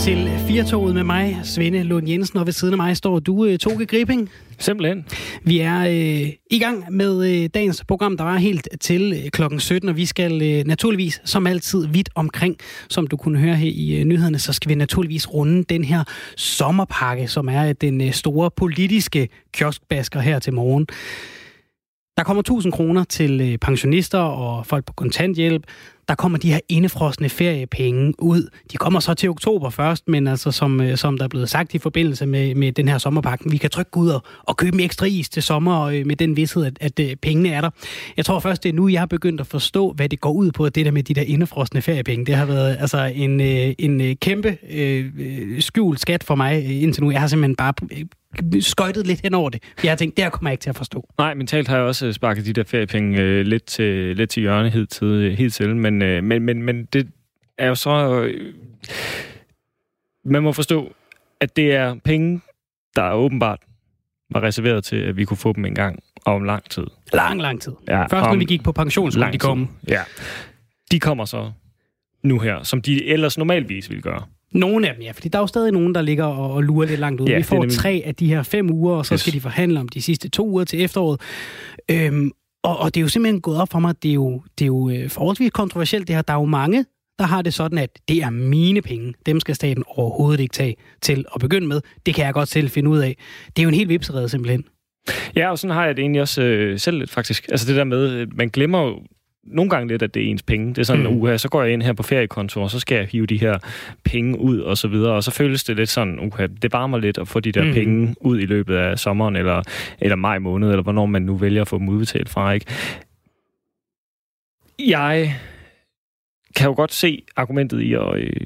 til 4-toget med mig, Svende Lund Jensen, og ved siden af mig står du, Toge Gripping. Simpelthen. Vi er i gang med dagens program, der var helt til klokken 17, og vi skal naturligvis, som altid, vidt omkring. Som du kunne høre her i nyhederne, så skal vi naturligvis runde den her sommerpakke, som er den store politiske kioskbasker her til morgen. Der kommer 1.000 kroner til pensionister og folk på kontanthjælp. Der kommer de her indefrosne feriepenge ud. De kommer så til oktober først, men altså som der er blevet sagt i forbindelse med den her sommerpakke, vi kan trykke ud og købe en ekstra is til sommer med den vidsthed, at pengene er der. Jeg tror først, det er nu, jeg har begyndt at forstå, hvad det går ud på, det der med de der indefrosne feriepenge. Det har været altså en kæmpe skjult skat for mig indtil nu. Jeg har simpelthen bare skøjtet lidt hen over det. Jeg har tænkt, det kommer jeg ikke til at forstå. Nej, mentalt har jeg også sparket de der feriepenge lidt til hjørne hidtil, men det er jo så... man må forstå, at det er penge, der åbenbart var reserveret til, at vi kunne få dem en gang om lang tid. Lang tid. Ja, først når vi gik på pension, skulle de komme. Ja. De kommer så nu her, som de ellers normalvis ville gøre. Nogle af dem, ja, fordi der er jo stadig nogen, der ligger og lurer lidt langt ud. Ja, vi får 3 af de her 5 uger, og så skal de forhandle om de sidste 2 uger til efteråret. Og det er jo simpelthen gået op for mig, at det er jo forholdsvis kontroversielt det her. Der er jo mange, der har det sådan, at det er mine penge. Dem skal staten overhovedet ikke tage til at begynde med. Det kan jeg godt selv finde ud af. Det er jo en helt vipserede simpelthen. Ja, og sådan har jeg det egentlig også selv lidt faktisk. Altså det der med, man glemmer jo nogle gange lidt, at det er ens penge. Det er sådan, så går jeg ind her på feriekonto, og så skal jeg hive de her penge ud, og så videre. Og så føles det lidt sådan, det varmer lidt at få de der penge ud i løbet af sommeren, eller maj måned, eller hvornår man nu vælger at få dem udbetalt fra, ikke? Jeg kan jo godt se argumentet i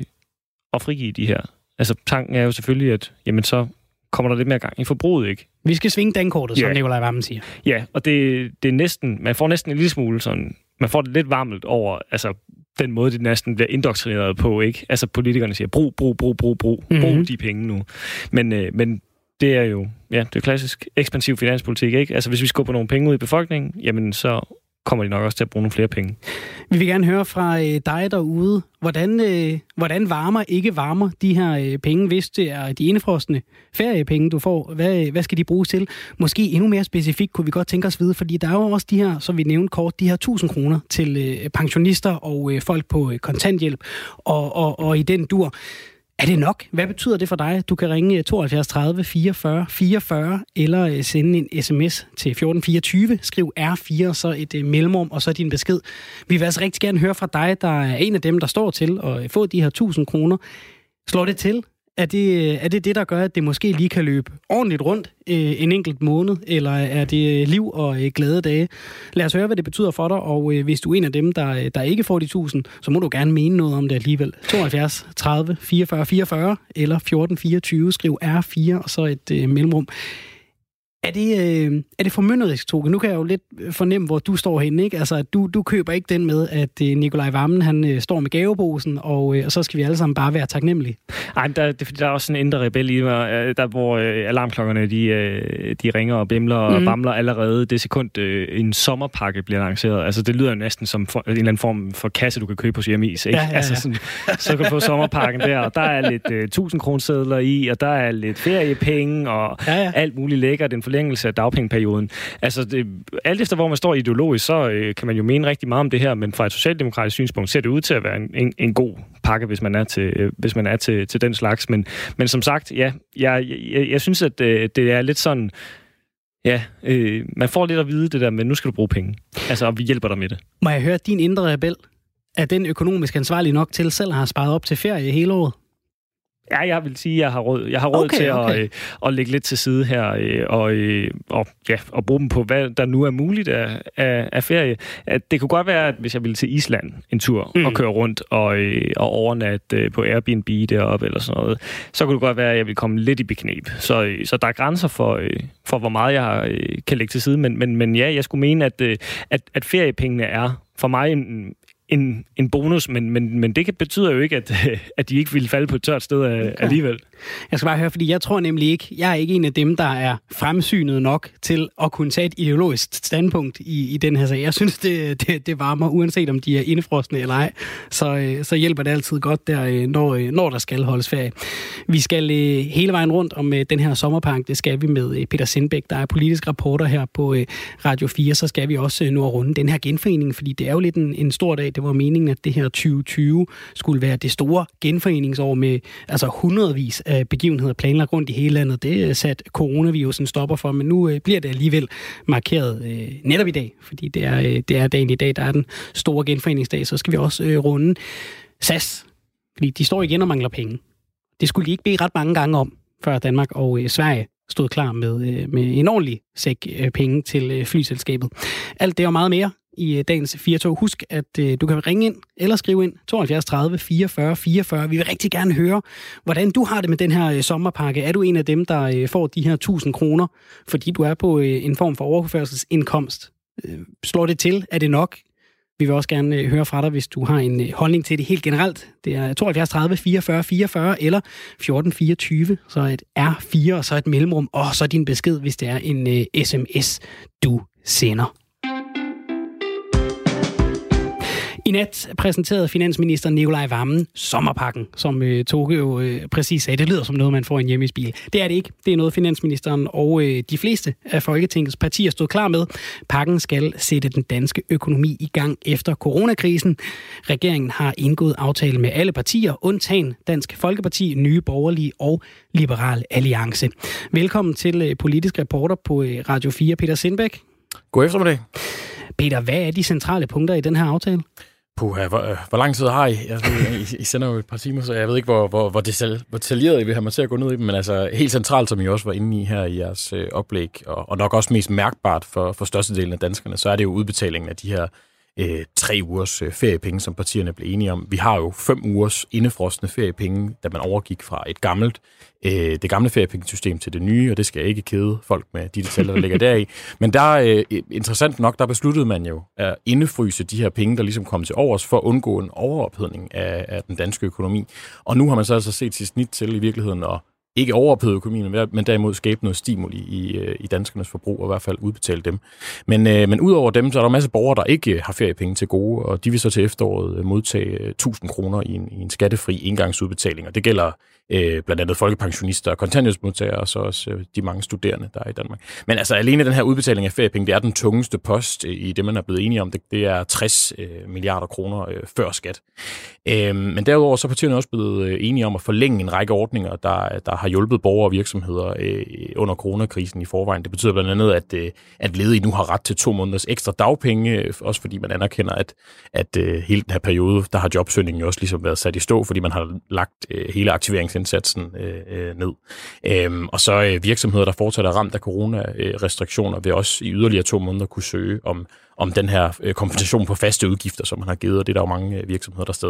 at frigive de her. Altså, tanken er jo selvfølgelig, at jamen, så kommer der lidt mere gang i forbruget, ikke? Vi skal svinge dankortet, som Nikolaj Wammen siger. Ja, og det er næsten, man får næsten en lille smule sådan, man får det lidt varmt over, altså den måde, det næsten bliver indoktrineret på, ikke? Altså politikerne siger, brug de penge nu. Men det er jo, ja, det er klassisk ekspansiv finanspolitik, ikke? Altså hvis vi skubber nogle penge ud i befolkningen, jamen så kommer de nok også til at bruge nogle flere penge. Vi vil gerne høre fra dig derude, hvordan varmer de her penge, hvis det er de indefrosne feriepenge, du får. Hvad skal de bruges til? Måske endnu mere specifikt kunne vi godt tænke os vide, fordi der er jo også de her, som vi nævnte kort, de her 1.000 kroner til pensionister og folk på kontanthjælp og i den dur. Er det nok? Hvad betyder det for dig? Du kan ringe 72 30 44 44 eller sende en sms til 1424. Skriv R4 og så et mellemrum og så din besked. Vi vil altså rigtig gerne høre fra dig, der er en af dem, der står til at få de her 1.000 kroner. Slår det til? Er det, der gør, at det måske lige kan løbe ordentligt rundt en enkelt måned, eller er det liv og glade dage? Lad os høre, hvad det betyder for dig, og hvis du er en af dem, der ikke får de 1.000, så må du gerne mene noget om det alligevel. 72 30 44 44 eller 1424, skriv R4 og så et mellemrum. Er det formynderisk, Toge? Nu kan jeg jo lidt fornemme, hvor du står henne, ikke? Altså, at du køber ikke den med, at Nikolaj Wammen, han står med gaveposen, og så skal vi alle sammen bare være taknemmelige. Ej, det er fordi, der er også sådan en indre rebel i mig, der hvor alarmklokkerne, de ringer og bimler og bamler allerede det sekund, en sommerpakke bliver lanceret. Altså, det lyder næsten som en eller anden form for kasse, du kan købe hos Jemis, ikke? Ja. Altså, sådan, så kan du få sommerpakken der, og der er lidt 1.000 kronesedler i, og der er lidt feriepenge, og alt muligt lækkert, en forlængelse af dagpengeperioden. Altså, alt efter hvor man står ideologisk, så kan man jo mene rigtig meget om det her, men fra et socialdemokratisk synspunkt ser det ud til at være en god pakke, hvis man er til den slags. Men som sagt, ja, jeg synes, at det er lidt sådan, ja, man får lidt at vide det der, men nu skal du bruge penge. Altså, og vi hjælper dig med det. Må jeg høre, din indre rebel, er den økonomisk ansvarlig nok til selv at have sparet op til ferie hele året? Ja, jeg vil sige, at jeg har råd til at lægge lidt til side her og bruge dem på, hvad der nu er muligt af ferie. At det kunne godt være, at hvis jeg ville til Island en tur og køre rundt og overnatte på Airbnb deroppe eller sådan noget, så kunne det godt være, at jeg ville komme lidt i bekneb. Så der er grænser for hvor meget jeg kan lægge til side. Men ja, jeg skulle mene, at feriepengene er for mig en bonus, men det betyder jo ikke, at de ikke ville falde på et tørt sted alligevel. Jeg skal bare høre, fordi jeg tror nemlig ikke, jeg er ikke en af dem, der er fremsynet nok til at kunne tage et ideologisk standpunkt i den her sag. Jeg synes, det varmer, uanset om de er indefrosne eller ej, så hjælper det altid godt der, når der skal holdes ferie. Vi skal hele vejen rundt om den her sommerpakke, det skal vi med Peter Sindbæk, der er politisk reporter her på Radio 4, så skal vi også nå at runde den her genforening, fordi det er jo lidt en stor dag. Det var meningen, at det her 2020 skulle være det store genforeningsår med altså hundredvis af begivenheder planlagt rundt i hele landet. Det er sat coronavirusen stopper for, men nu bliver det alligevel markeret netop i dag, fordi det er dagen i dag, der er den store genforeningsdag. Så skal vi også runde SAS, fordi de står igen og mangler penge. Det skulle de ikke bede ret mange gange om, før Danmark og Sverige stod klar med en ordentlig sæk penge til flyselskabet. Alt det og meget mere i dagens 4-tog. Husk, at du kan ringe ind eller skrive ind 72 30 44 44. Vi vil rigtig gerne høre, hvordan du har det med den her sommerpakke. Er du en af dem, der får de her 1000 kroner, fordi du er på en form for overførselsindkomst? Slår det til? Er det nok? Vi vil også gerne høre fra dig, hvis du har en holdning til det helt generelt. Det er 72 30 44 44 eller 14 24, så et R4 og så et mellemrum, og så din besked, hvis det er en sms, du sender. I nat præsenterede finansminister Nicolai Wammen sommerpakken, som Toge jo præcis sagde. Det lyder som noget, man får i en hjemmebil. Det er det ikke. Det er noget, finansministeren og de fleste af Folketingets partier stod klar med. Pakken skal sætte den danske økonomi i gang efter coronakrisen. Regeringen har indgået aftale med alle partier, undtagen Dansk Folkeparti, Nye Borgerlige og Liberal Alliance. Velkommen til politisk reporter på Radio 4, Peter Sindbæk. God eftermiddag. Peter, hvad er de centrale punkter i den her aftale? Hvor lang tid har I? I sender jo et par timer, så jeg ved ikke, hvor detaljeret I vil have mig til at gå ned i dem, men altså helt centralt, som I også var inde i her i jeres oplæg, og nok også mest mærkbart for størstedelen af danskerne, så er det jo udbetalingen af de her 3 ugers feriepenge, som partierne blev enige om. Vi har jo 5 ugers indefrosne feriepenge, da man overgik fra det gamle feriepengesystem til det nye, og det skal jeg ikke kede folk med de detaljer, der ligger deri. Men der interessant nok, der besluttede man jo at indefryse de her penge, der ligesom kom til overs, for at undgå en overophedning af den danske økonomi. Og nu har man så altså set sit snit til i virkeligheden at ikke overophede økonomien, men derimod skabe noget stimuli i danskernes forbrug, og i hvert fald udbetale dem. Men udover dem, så er der en masse borgere, der ikke har feriepenge til gode, og de vil så til efteråret modtage 1000 kroner i en skattefri engangsudbetaling. Og det gælder blandt andet folkepensionister og kontanthjælpsmodtagere, og så også de mange studerende, der er i Danmark. Men altså alene den her udbetaling af feriepenge, det er den tungeste post i det, man er blevet enige om. Det er 60 milliarder kroner før skat. Men derudover så er partierne også blevet enige om at forlænge en række ordninger, der har hjulpet borgere og virksomheder under coronakrisen i forvejen. Det betyder blandt andet, at ledige nu har ret til 2 måneders ekstra dagpenge, også fordi man anerkender, at hele den her periode, der har jobsøgningen jo også ligesom været sat i stå, fordi man har lagt hele aktiveringsindsatsen ned. Og så virksomheder, der fortsat er ramt af coronarestriktioner, vil også i yderligere 2 måneder kunne søge om den her kompensation på faste udgifter, som man har givet, og det er der jo mange virksomheder, der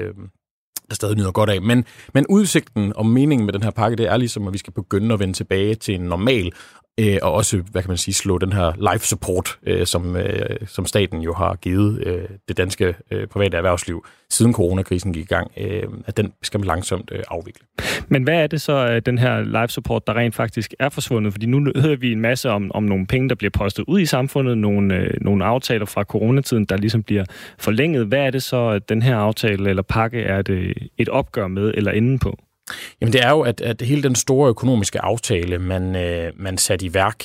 stadig nyder godt af. Men udsigten og meningen med den her pakke, det er ligesom, at vi skal begynde at vende tilbage til en normal, og også, hvad kan man sige, slå den her life support, som staten jo har givet det danske private erhvervsliv, siden coronakrisen gik i gang, at den skal man langsomt afvikle. Men hvad er det så, den her life support, der rent faktisk er forsvundet? Fordi nu hører vi en masse om nogle penge, der bliver postet ud i samfundet, nogle aftaler fra coronatiden, der ligesom bliver forlænget. Hvad er det så, den her aftale eller pakke, er det et opgør med eller inden på? Jamen det er jo, at hele den store økonomiske aftale, man satte i værk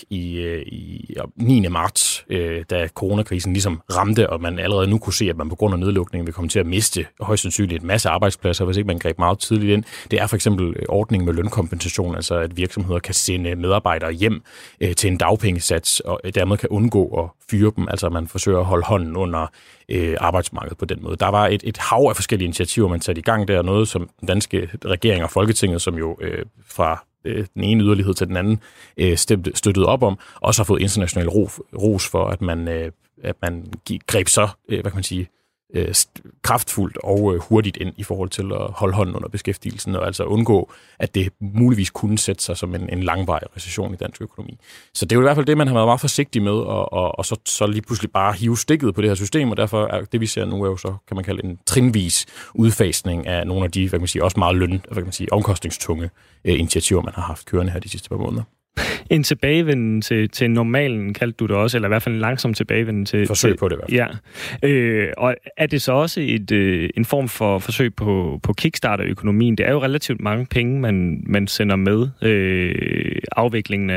i 9. marts, da coronakrisen ligesom ramte, og man allerede nu kunne se, at man på grund af nedlukningen vil komme til at miste højst sandsynligt en masse arbejdspladser, hvis ikke man greb meget tidligt ind. Det er for eksempel ordningen med lønkompensation, altså at virksomheder kan sende medarbejdere hjem til en dagpengesats, og dermed kan undgå at fyre dem, altså at man forsøger at holde hånden under arbejdsmarkedet på den måde. Der var et hav af forskellige initiativer, man satte i gang der, noget som den danske regering og Folketinget, som jo fra den ene yderlighed til den anden støttede op om, også har fået international ros for, at man greb så, hvad kan man sige, kraftfuldt og hurtigt ind i forhold til at holde hånden under beskæftigelsen, og altså undgå, at det muligvis kunne sætte sig som en langvarig recession i dansk økonomi. Så det er jo i hvert fald det, man har været meget forsigtig med, og så lige pludselig bare hive stikket på det her system, og derfor er det, vi ser nu, er jo så, kan man kalde en trinvis udfasning af nogle af de, hvad kan man sige, også meget omkostningstunge initiativer, man har haft kørende her de sidste par måneder. En tilbagevenden til normalen, kaldte du det også, eller i hvert fald en langsom tilbagevenden til... Forsøg på det i hvert fald. Ja. Og er det så også en form for forsøg på kickstart af økonomien? Det er jo relativt mange penge, man sender med afviklingen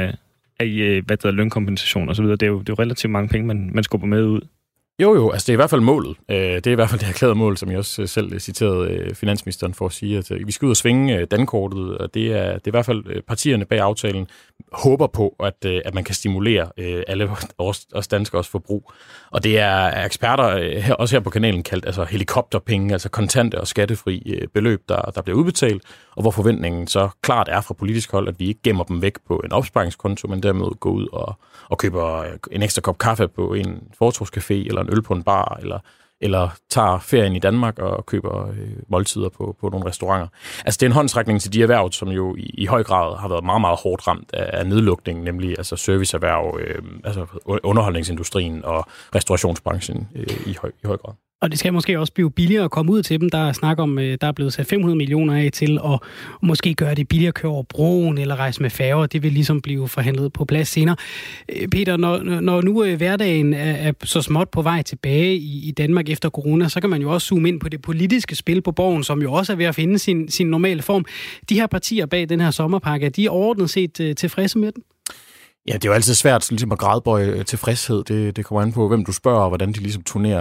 af lønkompensation og så videre. Det er jo relativt mange penge, man skubber med ud. Jo, altså det er i hvert fald målet. Det er i hvert fald det erklærede mål, som jeg også selv citerede finansministeren for at sige, at vi skal ud og svinge dankortet, og det er i hvert fald partierne bag aftalen håber på, at man kan stimulere alle os danskers forbrug. Og det er eksperter også her på kanalen kaldt altså helikopterpenge, altså kontante og skattefri beløb, der bliver udbetalt, og hvor forventningen så klart er fra politisk hold, at vi ikke gemmer dem væk på en opsparingskonto, men dermed går ud og køber en ekstra kop kaffe på en fortovscafé, eller en øl på en bar, eller tager ferien i Danmark og køber måltider på nogle restauranter. Altså det er en håndsrækning til de erhverv, som jo i høj grad har været meget, meget hårdt ramt af nedlukningen, nemlig altså serviceerhverv, altså underholdningsindustrien og restaurationsbranchen i høj grad. Og det skal måske også blive billigere at komme ud til dem. Der er snak om, der er blevet sat 500 millioner af til at måske gøre det billigere at køre over broen eller rejse med færger. Det vil ligesom blive forhandlet på plads senere. Peter, når nu hverdagen er så småt på vej tilbage i Danmark efter corona, så kan man jo også zoome ind på det politiske spil på Borgen, som jo også er ved at finde sin normale form. De her partier bag den her sommerpakke, er de overordnet set tilfredse med den? Ja, det er jo altid svært ligesom at gradbøje tilfredshed. Det kommer an på, hvem du spørger, og hvordan de ligesom turnerer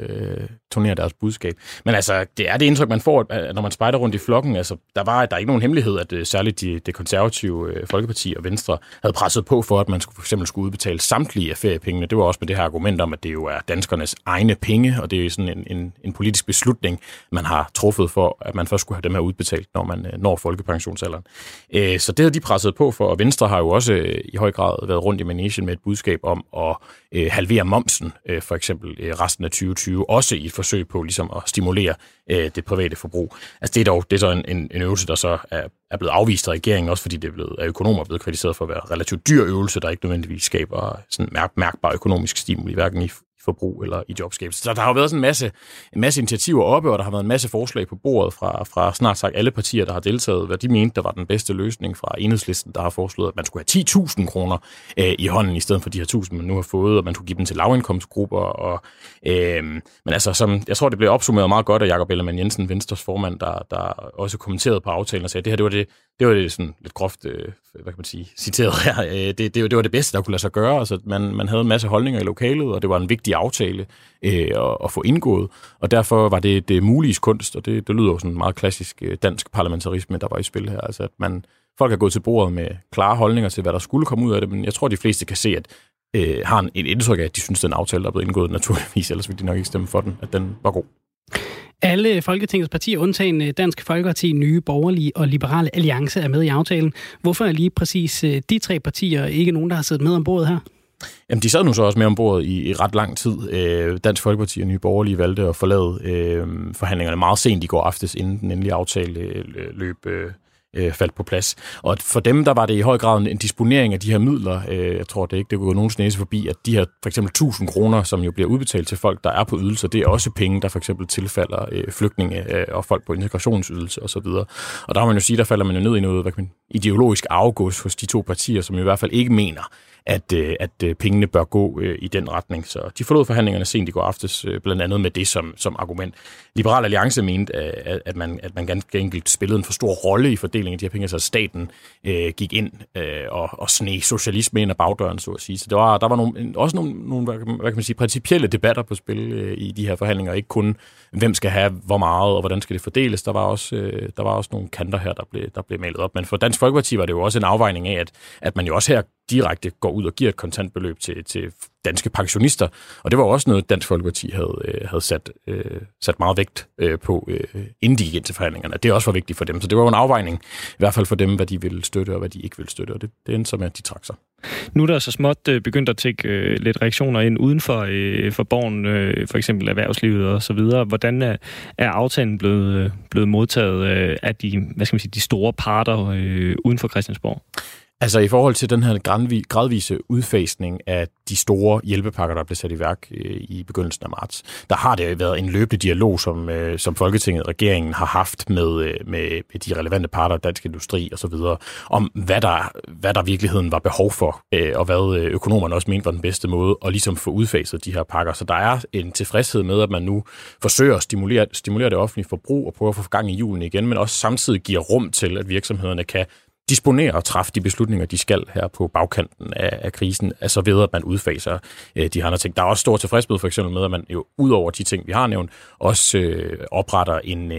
deres budskab. Men altså, det er det indtryk, man får, at når man spejder rundt i flokken. Altså, der er ikke nogen hemmelighed, at særligt det konservative Folkeparti og Venstre havde presset på for, at man for eksempel skulle udbetale samtlige af feriepengene. Det var også med det her argument om, at det jo er danskernes egne penge, og det er sådan en politisk beslutning, man har truffet for, at man først skulle have dem her udbetalt, når man når folkepensionsalderen. Så det havde de presset på for, og Venstre har jo også i høj grad været rundt i managen med et budskab om at halvere momsen, for eksempel resten af 2020, også i et forsøg på ligesom at stimulere det private forbrug. Altså det er så en øvelse, der så er blevet afvist af regeringen, også fordi det af økonomer er blevet kritiseret for at være en relativt dyr øvelse, der ikke nødvendigvis skaber sådan mærkbar økonomisk stimuli, hverken i forbrug eller i jobskabelse. Så der har jo været sådan en masse initiativer oppe, og der har været en masse forslag på bordet fra snart sagt alle partier, der har deltaget, hvad de mente, der var den bedste løsning fra Enhedslisten, der har foreslået, at man skulle have 10.000 kroner i hånden, i stedet for de her 1.000, man nu har fået, og man skulle give dem til lavindkomstgrupper. Men altså, jeg tror, det blev opsummeret meget godt af Jakob Ellemann-Jensen, Venstres formand, der også kommenterede på aftalen og sagde, at det her, det var det sådan lidt groft, hvad kan man sige, citeret her. Det var det bedste, der kunne lade sig gøre. Altså, man havde en masse holdninger i lokalet, og det var en vigtig aftale at få indgået. Og derfor var det muliges kunst, og det lyder jo sådan meget klassisk dansk parlamentarisme, der var i spil her. Altså, at folk har gået til bordet med klare holdninger til, hvad der skulle komme ud af det, men jeg tror, de fleste kan se, at har et indtryk af, at de synes, den aftale, der er blevet indgået naturligvis, ellers ville de nok ikke stemme for den, at den var god. Alle Folketingets partier, undtagen Dansk Folkeparti, Nye Borgerlige og Liberale Alliance, er med i aftalen. Hvorfor er lige præcis de tre partier ikke nogen, der har siddet med om bordet her? Jamen, de sad nu så også med om bordet i ret lang tid. Dansk Folkeparti og Nye Borgerlige valgte at forlade forhandlingerne meget sent i går aftes, inden den endelige aftale faldt på plads. Og for dem, der var det i høj grad en disponering af de her midler. Jeg tror det ikke, det kunne gå nogens næse forbi, at de her for eksempel 1.000 kroner, som jo bliver udbetalt til folk, der er på ydelser, det er også penge, der for eksempel tilfalder flygtninge og folk på integrationsydelse osv. Og der må man jo sige, der falder man jo ned i noget ideologisk afgås hos de to partier, som i hvert fald ikke mener, at pengene bør gå i den retning. Så de forlod forhandlingerne sent i går aftes, blandt andet med det som argument. Liberal Alliance mente, at man ganske enkelt spillede en for stor rolle i fordelingen af de her penge, så staten gik ind og sneg socialisme ind ad bagdøren, så at sige. Så der var også nogle hvad kan man sige, principielle debatter på spil i de her forhandlinger, ikke kun hvem skal have hvor meget, og hvordan skal det fordeles. Der var også nogle kanter her, der blev malet op. Men for Dansk Folkeparti var det jo også en afvejning af, at man jo også her direkte går ud og giver et kontantbeløb til danske pensionister. Og det var også noget, Dansk Folkeparti havde sat meget vægt på, inden de gik ind til forhandlingerne. Det er også for vigtigt for dem. Så det var jo en afvejning, i hvert fald for dem, hvad de ville støtte og hvad de ikke ville støtte. Og det endte så med, at de trak sig. Nu er der så småt begyndt at tække lidt reaktioner ind uden for borgen, for eksempel erhvervslivet og så videre. Hvordan er aftalen blevet modtaget af de store parter uden for Christiansborg? Altså i forhold til den her gradvise udfasning af de store hjælpepakker, der blev sat i værk i begyndelsen af marts, der har det været en løbende dialog, som Folketinget, regeringen har haft med de relevante parter, Dansk Industri og så videre, om hvad der virkeligheden var behov for, og hvad økonomerne også mente var den bedste måde at ligesom få udfaset de her pakker. Så der er en tilfredshed med, at man nu forsøger at stimulere det offentlige forbrug og prøve at få gang i hjulene igen, men også samtidig giver rum til, at virksomhederne kan disponere og træffe de beslutninger, de skal her på bagkanten af krisen, altså ved, at man udfaser de andre ting. Der er også stor tilfredshed for eksempel med, at man jo ud over de ting, vi har nævnt, også opretter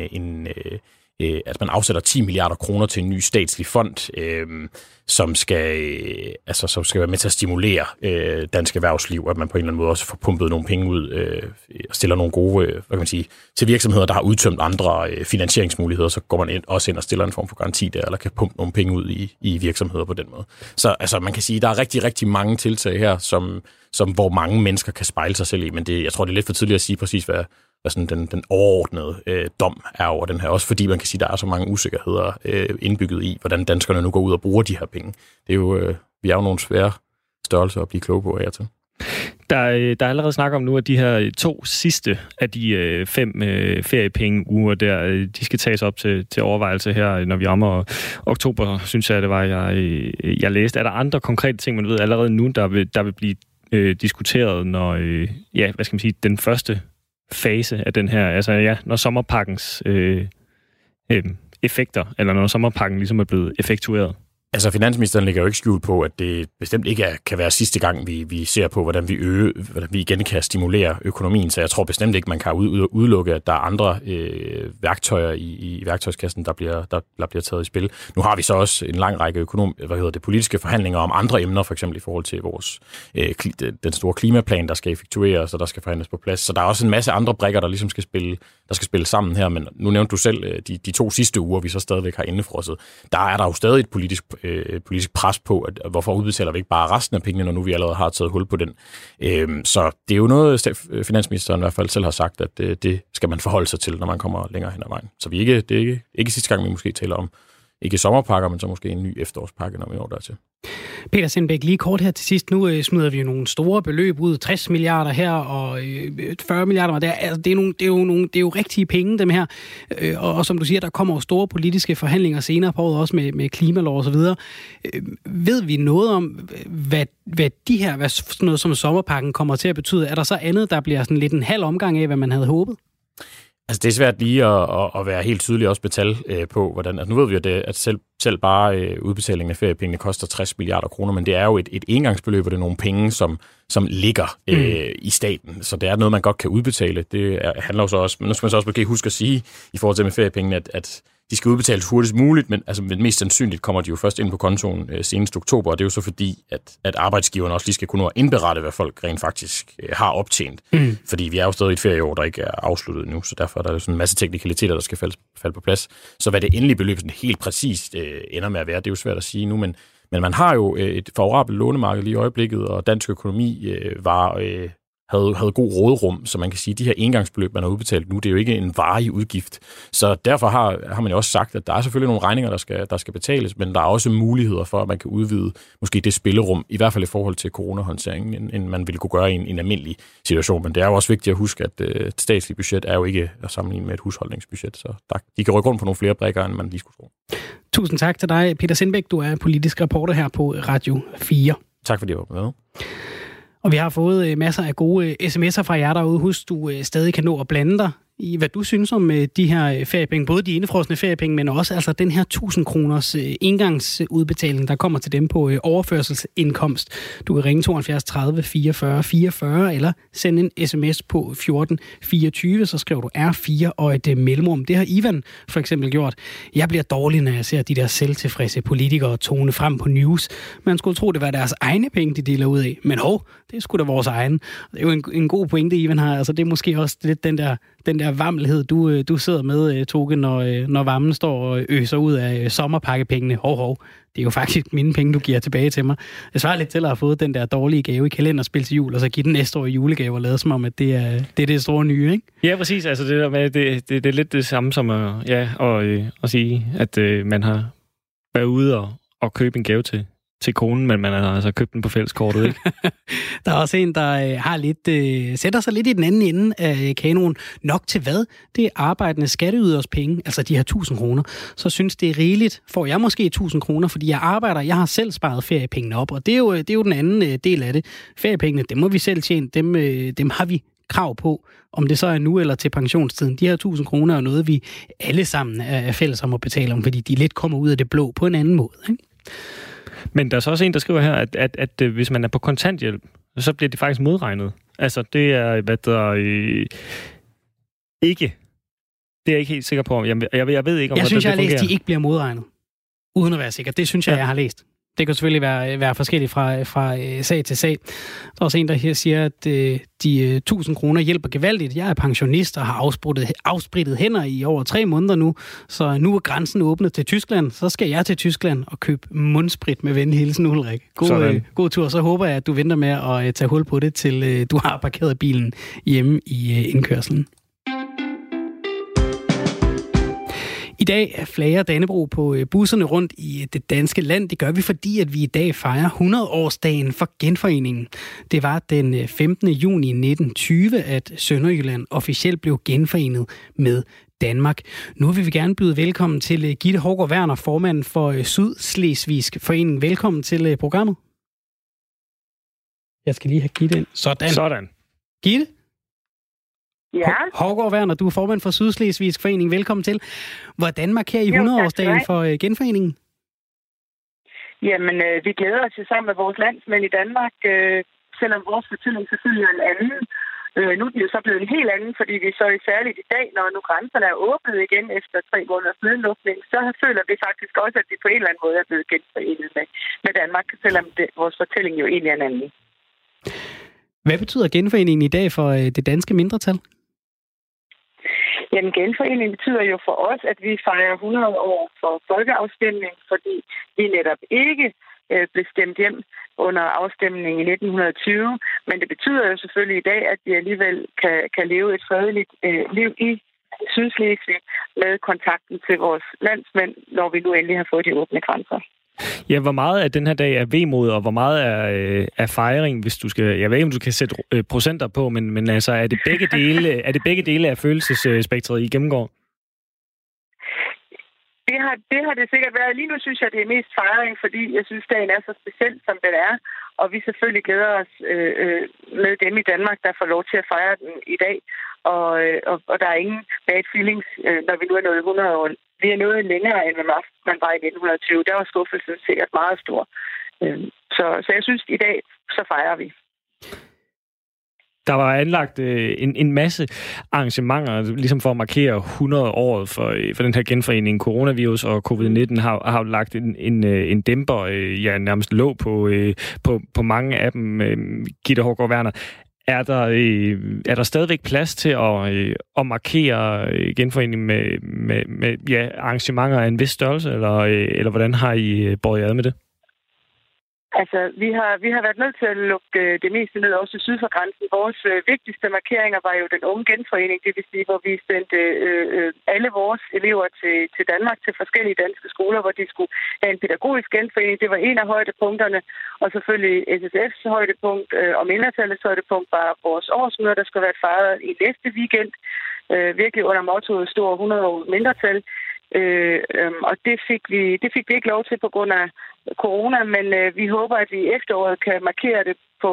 at man afsætter 10 milliarder kroner til en ny statslig fond, som skal være med til at stimulere dansk erhvervsliv, at man på en eller anden måde også får pumpet nogle penge ud og stiller nogle gode, til virksomheder, der har udtømt andre finansieringsmuligheder, så går man også ind og stiller en form for garanti der, eller kan pumpe nogle penge ud i virksomheder på den måde. Så altså, man kan sige, at der er rigtig, rigtig mange tiltag her, som hvor mange mennesker kan spejle sig selv i, men jeg tror, det er lidt for tidligt at sige præcis, hvad sådan den overordnede dom er over den her. Også fordi man kan sige, at der er så mange usikkerheder indbygget i, hvordan danskerne nu går ud og bruger de her penge. Det er jo, vi er jo nogle svære størrelser at blive kloge på her til. Der er allerede snak om nu, at de her 2 sidste af de 5 feriepengeuger der, de skal tages op til overvejelse her, når vi rammer oktober, synes jeg, det var, jeg læste. Er der andre konkrete ting, man ved allerede nu, der vil blive diskuteret, når den første fase af den her, altså når sommerpakkens effekter, eller når sommerpakken ligesom er blevet effektueret? Altså, finansministeren lægger jo ikke skjul på, at det bestemt ikke kan være sidste gang, vi ser på, hvordan vi igen kan stimulere økonomien. Så jeg tror bestemt ikke, man kan udelukke, at der er andre værktøjer i værktøjskassen, der bliver taget i spil. Nu har vi så også en lang række politiske forhandlinger om andre emner, for eksempel i forhold til vores den store klimaplan, der skal effektueres, og der skal forhandles på plads. Så der er også en masse andre brikker, der ligesom skal spille sammen her. Men nu nævnte du selv de 2 sidste uger, vi så stadigvæk har indefrosset. Der er der jo stadig et politisk pres på, at hvorfor udbetaler vi ikke bare resten af pengene, når nu vi allerede har taget hul på den. Så det er jo noget, finansministeren i hvert fald selv har sagt, at det skal man forholde sig til, når man kommer længere hen ad vejen. Så det er ikke sidste gang, vi måske taler om ikke sommerpakker, men så måske en ny efterårspakke, når vi når dertil. Peter Sindbæk, lige kort her til sidst. Nu smider vi jo nogle store beløb ud, 60 milliarder her og 40 milliarder der. Altså, det er jo rigtige penge, dem her. Og som du siger, der kommer jo store politiske forhandlinger senere på året, også med klimalov og så videre. Ved vi noget om, hvad sådan noget som sommerpakken kommer til at betyde? Er der så andet, der bliver sådan lidt en halv omgang af, hvad man havde håbet? Altså, det er svært lige at være helt tydelig også betal på, hvordan... Altså, nu ved vi jo, at selv bare udbetalingen af feriepengene koster 60 milliarder kroner, men det er jo et engangsbeløb, og det er nogle penge, som ligger i staten. Så det er noget, man godt kan udbetale. Det handler jo så også... Men nu skal man så også måske huske at sige, i forhold til med feriepengene, at de skal udbetales hurtigst muligt, men mest sandsynligt kommer de jo først ind på kontoen senest oktober, og det er jo så fordi, at arbejdsgiverne også lige skal kunne indberette, hvad folk rent faktisk har optjent. Fordi vi er jo stadig i et ferieår, der ikke er afsluttet nu, så derfor er der jo sådan en masse teknikaliteter, der skal falde på plads. Så hvad det endelige beløb sådan helt præcist ender med at være, det er jo svært at sige nu, men man har jo et favorabelt lånemarked lige i øjeblikket, og dansk økonomi havde god råderum, så man kan sige, at de her engangsbeløb, man har udbetalt nu, det er jo ikke en varig udgift. Så derfor har man jo også sagt, at der er selvfølgelig nogle regninger, der skal betales, men der er også muligheder for, at man kan udvide måske det spillerum, i hvert fald i forhold til coronahåndteringen, end man ville kunne gøre i en almindelig situation. Men det er jo også vigtigt at huske, at et statsligt budget er jo ikke at sammenligne med et husholdningsbudget, så de kan rykke rundt på nogle flere brikker, end man lige skulle tro. Tusind tak til dig, Peter Sindbæk. Du er politisk reporter her på Radio 4. Tak fordi jeg var med. Og vi har fået masser af gode sms'er fra jer derude. Husk, du stadig kan nå at blande dig i hvad du synes om de her feriepenge, både de indefrosne feriepenge, men også altså den her 1000 kroners engangsudbetaling, der kommer til dem på overførselsindkomst. Du kan ringe 72 30 44 44 eller sende en sms på 1424, så skriver du R4 og et mellemrum. Det har Ivan for eksempel gjort. Jeg bliver dårlig, når jeg ser de der selvtilfredse politikere tone frem på news. Man skulle tro, det var deres egne penge, de deler ud af. Men det er sgu da vores egen. Det er jo en god pointe, Ivan har. Altså, det er måske også lidt den der varmlighed, du sidder med, Toge, når varmen står og øser ud af sommerpakkepengene. Det er jo faktisk mine penge, du giver tilbage til mig. Det svarer lidt til at have fået den der dårlige gave i kalenderspil til jul, og så give den næste år i julegave og lade som om, at det er det store nye, ikke? Ja, præcis. Altså det der med, det er lidt det samme som at sige, at man har været ude og købe en gave til konen, men man har altså købt den på fælleskortet, ikke? Der er også en, der har sætter sig lidt i den anden ende af kanonen. Nok til hvad? Det er arbejdende skatteyders penge, altså de her 1000 kroner. Så synes det er rigeligt. Får jeg måske 1000 kroner, fordi jeg arbejder. Jeg har selv sparet feriepengene op, og det er jo den anden del af det. Feriepengene, dem må vi selv tjene. Dem har vi krav på, om det så er nu eller til pensionstiden. De her 1000 kroner er noget, vi alle sammen er fælles om at betale om, fordi de lidt kommer ud af det blå på en anden måde, ikke? Men der er så også en, der skriver her, at hvis man er på kontanthjælp, så bliver det faktisk modregnet. Altså, det er, ikke. Det er jeg ikke helt sikker på. Jeg ved ikke, om jeg synes, det jeg har læst, fungerer. de ikke bliver modregnet. Uden at være sikker. Det synes jeg har læst. Det kan selvfølgelig være forskelligt fra sag til sag. Der er også en, der her siger, at de 1000 kroner hjælper gevaldigt. Jeg er pensionist og har afsprittet hænder i over 3 måneder nu, så nu er grænsen åbnet til Tyskland. Så skal jeg til Tyskland og købe mundsprit med venlig hilsen, Ulrik. God tur. Så håber jeg, at du venter med at tage hul på det, til du har parkeret bilen hjemme i indkørslen. I dag flager Dannebrog på busserne rundt i det danske land. Det gør vi, fordi at vi i dag fejrer 100-årsdagen for genforeningen. Det var den 15. juni 1920, at Sønderjylland officielt blev genforenet med Danmark. Nu vil vi gerne byde velkommen til Gitte Hårgaard Werner, formand for Sydslesvigsk Forening. Velkommen til programmet. Jeg skal lige have Gitte ind. Sådan. Gitte? Ja. Hårgaard Werner, du er formand for Sydslesvigsk Forening. Velkommen til. Hvordan markerer I 100-årsdagen for genforeningen? Jamen, vi glæder os sammen med vores landsmænd i Danmark, selvom vores fortælling selvfølgelig er en anden. Nu er det jo så blevet en helt anden, fordi vi så særligt i dag, når nu grænserne er åbnet igen efter 3 måneders nedlukning, så føler vi faktisk også, at vi på en eller anden måde er blevet genforenet med Danmark, selvom vores fortælling jo egentlig er en anden. Hvad betyder genforeningen i dag for det danske mindretal? Jamen, genforeningen betyder jo for os, at vi fejrer 100 år for folkeafstemning, fordi vi netop ikke blev stemt hjem under afstemningen i 1920. Men det betyder jo selvfølgelig i dag, at vi alligevel kan leve et fredeligt liv i Sydslesvig med kontakten til vores landsmænd, når vi nu endelig har fået de åbne grænser. Ja, hvor meget af den her dag er vemod, og hvor meget er fejring, hvis du skal... Jeg ved ikke, om du kan sætte procenter på, men altså, er det begge dele af følelsesspektret, I gennemgår? Det har det sikkert været. Lige nu synes jeg, det er mest fejring, fordi jeg synes, dagen er så speciel, som den er. Og vi selvfølgelig glæder os med dem i Danmark, der får lov til at fejre den i dag. Og der er ingen bad feelings, når vi nu er nået 100 år. Vi er nået længere, end man var i 1920. Der var skuffelsen sikkert meget stor. Så jeg synes, i dag, så fejrer vi. Der var anlagt en masse arrangementer, ligesom for at markere 100-året for den her genforening. Coronavirus og covid-19 har lagt en dæmper, nærmest låg på mange af dem. Gitte Hårgaard Werner, er der stadigvæk plads til at markere genforeningen med arrangementer af en vis størrelse, eller hvordan har I båret ad med det? Altså, vi har været nødt til at lukke det meste ned, også syd for grænsen. Vores vigtigste markeringer var jo den unge genforening, det vil sige, hvor vi sendte alle vores elever til Danmark, til forskellige danske skoler, hvor de skulle have en pædagogisk genforening. Det var en af højdepunkterne, og selvfølgelig SSF's højdepunkt og mindretallets højdepunkt var vores årsmøder, der skulle være fejret i næste weekend, virkelig under mottoet Stor 100 år mindretal. Og det fik vi ikke lov til på grund af corona, men vi håber, at vi i efteråret kan markere det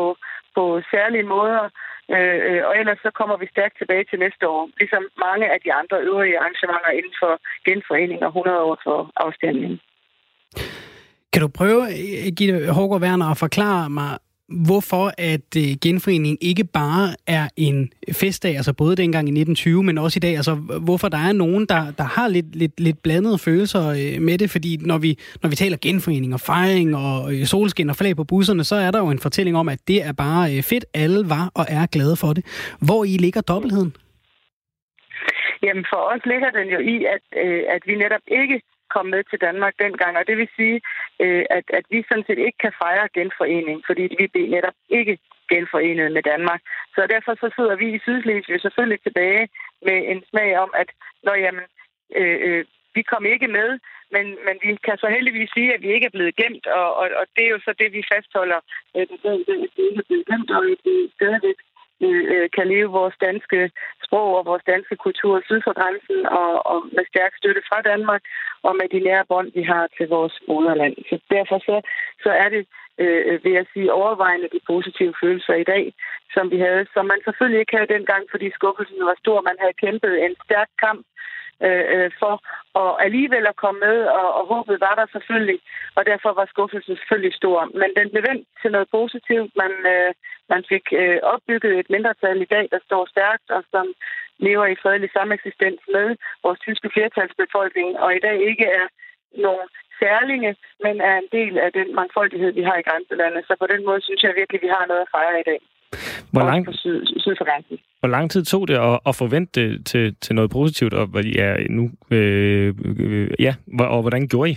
på særlige måder. Og ellers så kommer vi stærkt tilbage til næste år, ligesom mange af de andre øvrige arrangementer inden for genforening og 100 år for afstemningen. Kan du prøve, Gitte Haugaard Werner, at forklare mig, hvorfor at genforeningen ikke bare er en festdag, altså både dengang i 1920, men også i dag, altså hvorfor der er nogen, der har lidt blandede følelser med det, fordi når vi taler genforening og fejring og solskin og flag på busserne, så er der jo en fortælling om, at det er bare fedt, alle var og er glade for det. Hvor i ligger dobbeltheden? Jamen for os ligger den jo i, at vi netop ikke kom med til Danmark dengang, og det vil sige, at vi sådan set ikke kan fejre genforening, fordi vi blev netop ikke genforenet med Danmark. Så derfor så sidder vi i Sydslesvig selvfølgelig tilbage med en smag om, at vi kom ikke med, men vi kan så heldigvis sige, at vi ikke er blevet glemt, og det er jo så det, vi fastholder. At vi ikke er blevet glemt, og at vi stadigvæk kan leve vores danske sprog og vores danske kultur syd for grænsen og med stærk støtte fra Danmark og med de nære bånd, vi har til vores moderland. Så derfor så er det, vil jeg sige, overvejende de positive følelser i dag, som vi havde, som man selvfølgelig ikke havde dengang, fordi skuffelsen var stor. Man havde kæmpet en stærk kamp for at alligevel at komme med, og håbet var der selvfølgelig, og derfor var skuffelsen selvfølgelig stor. Men den blev vendt til noget positivt. Man fik opbygget et mindretal i dag, der står stærkt, og som lever i fredelig sameksistens med vores tyske flertalsbefolkning, og i dag ikke er nogen særlinge, men er en del af den mangfoldighed, vi har i grænselandet. Så på den måde synes jeg virkelig, vi har noget at fejre i dag. Hvor lang tid tog det at forvente det til noget positivt, og hvad I er nu? Og hvordan gjorde I?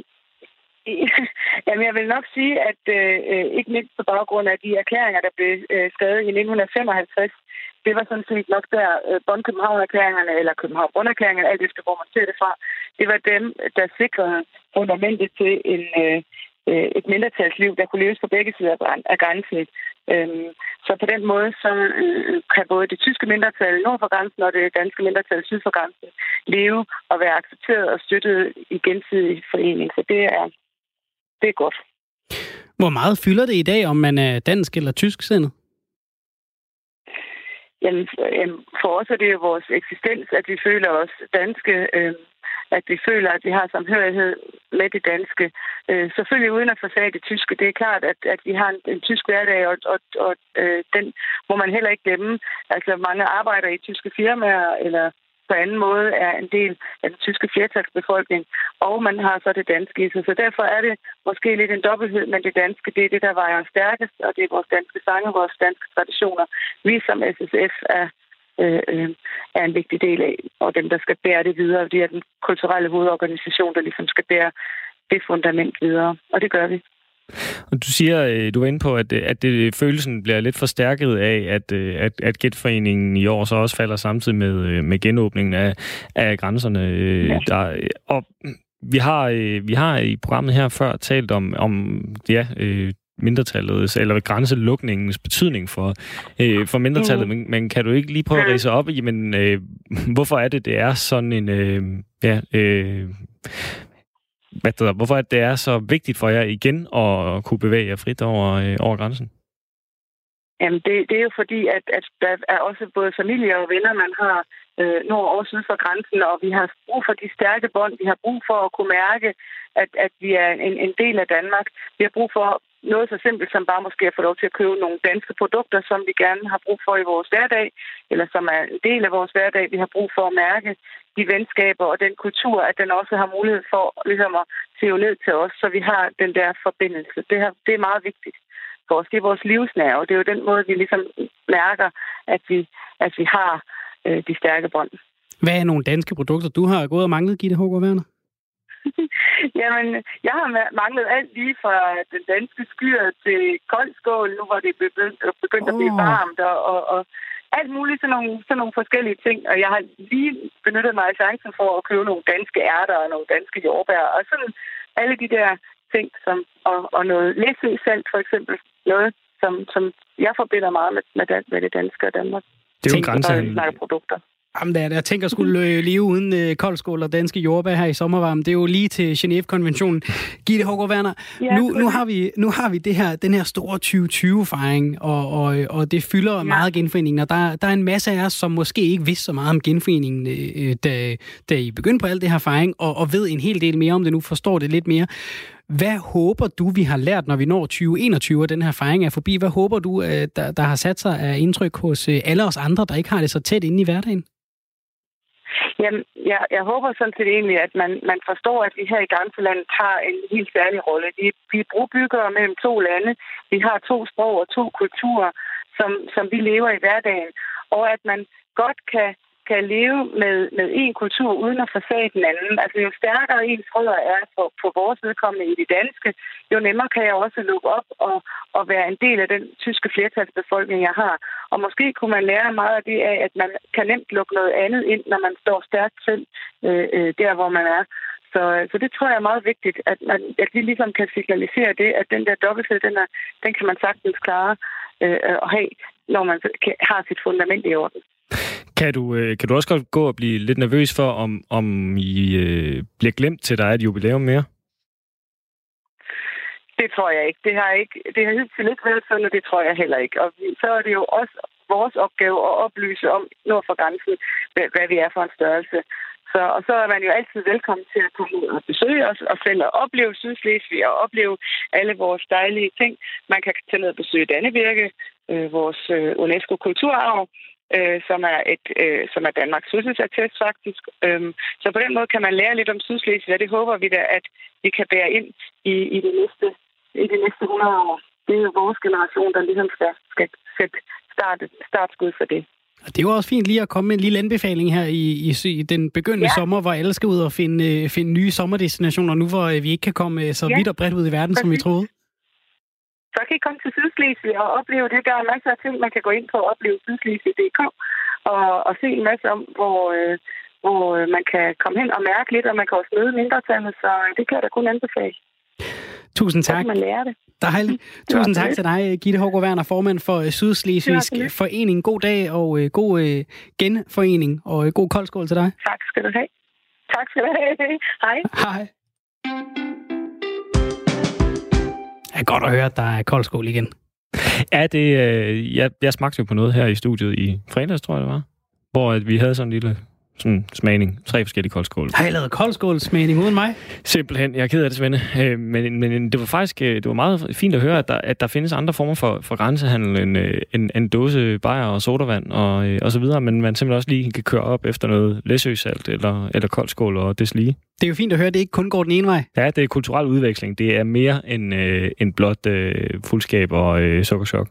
Jamen, jeg vil nok sige, at ikke mindst på baggrund af de erklæringer, der blev skrevet i 1955, det var sådan set nok der Bonn-København-erklæringerne, eller København-Bonn-erklæringerne, alt efter hvor man ser det fra, det var dem, der sikrede fundamentet til et mindretalsliv, der kunne leves på begge sider af grænsen. Så på den måde, så kan både det tyske mindretal nord for grænsen og det danske mindretal syd for grænsen leve og være accepteret og støttet i gensidig forening. Så det er godt. Hvor meget fylder det i dag, om man er dansk eller tysksindet? Jamen, for os er det jo vores eksistens, at vi føler os danske, at vi føler, at vi har samhørighed med det danske. Selvfølgelig uden at forsage det tyske. Det er klart, at vi har en tysk hverdag, og den må man heller ikke glemme. Altså mange arbejder i tyske firmaer, eller på anden måde er en del af den tyske flertalsbefolkning, og man har så det danske i sig. Så derfor er det måske lidt en dobbelthed, men det danske, det er det, der vejer stærkest, og det er vores danske sange, vores danske traditioner. Vi som SSF er en vigtig del af, og dem, der skal bære det videre. Det er den kulturelle hovedorganisation, der ligesom skal bære det fundament videre, og det gør vi. Og du siger, du var inde på, at følelsen bliver lidt forstærket af, at genforeningen i år så også falder samtidig med genåbningen af grænserne. Ja. Og vi har i programmet her før talt om mindretallets, eller grænselukningens betydning for mindretallet, men kan du ikke lige prøve at ridse op i, men hvorfor er det er sådan en hvorfor det er så vigtigt for jer igen at kunne bevæge jer frit over grænsen? Jamen, det er jo fordi, at der er også både familie og venner, man har nord og syd for grænsen, og vi har brug for de stærke bånd. Vi har brug for at kunne mærke, at vi er en del af Danmark. Vi har brug for noget så simpelt som bare måske at få lov til at købe nogle danske produkter, som vi gerne har brug for i vores hverdag, eller som er en del af vores hverdag. Vi har brug for at mærke de venskaber og den kultur, at den også har mulighed for ligesom at se ned til os, så vi har den der forbindelse. Det er meget vigtigt for os. Det er vores livsnerve. Det er jo den måde, vi ligesom mærker, at vi har de stærke bånd. Hvad er nogle danske produkter, du har gået og manglet, Gitte Haugaard Werner? Jamen, jeg har manglet alt lige fra den danske skyr til koldskål, nu hvor det er begyndt at blive varmt, og alt muligt, sådan nogle forskellige ting. Og jeg har lige benyttet mig af chancen for at købe nogle danske ærter og nogle danske jordbær, og sådan alle de der ting, og noget læsøsalt for eksempel, noget, som jeg forbinder meget med det danske og Danmark. Det er jo en grænsehandel. Jamen, jeg tænker at skulle leve uden koldskål og danske jordbær her i sommervarmen. Det er jo lige til Genève-konventionen. Gitte Haugaard Werner, nu har vi den her store 2020-fejring, og det fylder meget genforeningen, og der er en masse af os, som måske ikke vidste så meget om genforeningen, da I begyndte på alt det her fejring, og ved en hel del mere om det nu, forstår det lidt mere. Hvad håber du, vi har lært, når vi når 2021, og den her fejring er forbi? Hvad håber du, der har sat sig af indtryk hos alle os andre, der ikke har det så tæt inde i hverdagen? Jamen, jeg håber sådan set egentlig, at man forstår, at vi her i grænselandet har en helt særlig rolle. Vi er brobyggere mellem 2 lande. Vi har 2 sprog og 2 kulturer, som vi lever i hverdagen. Og at man godt kan leve med en kultur uden at forsage den anden. Altså jo stærkere ens rødder er på vores vedkommende i det danske, jo nemmere kan jeg også lukke op og være en del af den tyske flertalsbefolkning, jeg har. Og måske kunne man lære meget af det af, at man kan nemt lukke noget andet ind, når man står stærkt selv der, hvor man er. Så det tror jeg er meget vigtigt, at vi ligesom kan signalisere det, at den der dobbelthed, den kan man sagtens klare at have, når man har sit fundament i orden. Kan du også godt gå og blive lidt nervøs for, om I bliver glemt til, der er et jubilæum mere? Det tror jeg ikke. Det har hidtil ikke været sådan, og det tror jeg heller ikke. Og så er det jo også vores opgave at oplyse om nord for grænsen, hvad vi er for en størrelse. Og så er man jo altid velkommen til at komme ud og besøge os, og selv at opleve Sydslesvig og opleve alle vores dejlige ting. Man kan tage ned og besøge Dannevirke, vores UNESCO-kulturarv, som er Danmarks fødselsattest faktisk. Så på den måde kan man lære lidt om Sydslesvig, og det håber vi da, at vi kan bære ind i de næste 100 år. Det er jo vores generation, der ligesom skal sætte startskud for det. Og det er jo også fint lige at komme med en lille anbefaling her i den begyndende sommer, hvor alle skal ud og finde nye sommerdestinationer, nu hvor vi ikke kan komme så vidt og bredt ud i verden, som vi troede. Så kan I komme til Sydslesvig og opleve det. Der er masser af ting, man kan gå ind på og opleve Sydslesvig.dk og se en masse om, hvor man kan komme hen og mærke lidt, og man kan også møde mindretallet, så det kan jeg da kun anbefale. Tusind tak. Så man lærer det. Dejligt. Tusind tak til dig, Gitte Haugaard Werner, formand for Sydslesvigsk Forening. God dag og god genforening, og god koldskål til dig. Tak skal du have. Tak skal du have. Hej. Hej. Det er godt at høre, at der er koldskål igen. Ja, jeg smagte jo på noget her i studiet i fredags, tror jeg det var, hvor vi havde sådan en lille smagning. 3 forskellige koldskål. Har I lavet koldskålsmagning uden mig? Simpelthen. Jeg er ked af det, Svende. Men det var faktisk det var meget fint at høre, at der findes andre former for grænsehandel end en dåse bajer og sodavand og så videre, men man simpelthen også lige kan køre op efter noget læsøsalt eller koldskål og deslige. Det er jo fint at høre, at det ikke kun går den ene vej. Ja, det er kulturel udveksling. Det er mere end blot fuldskab og sukkerchok.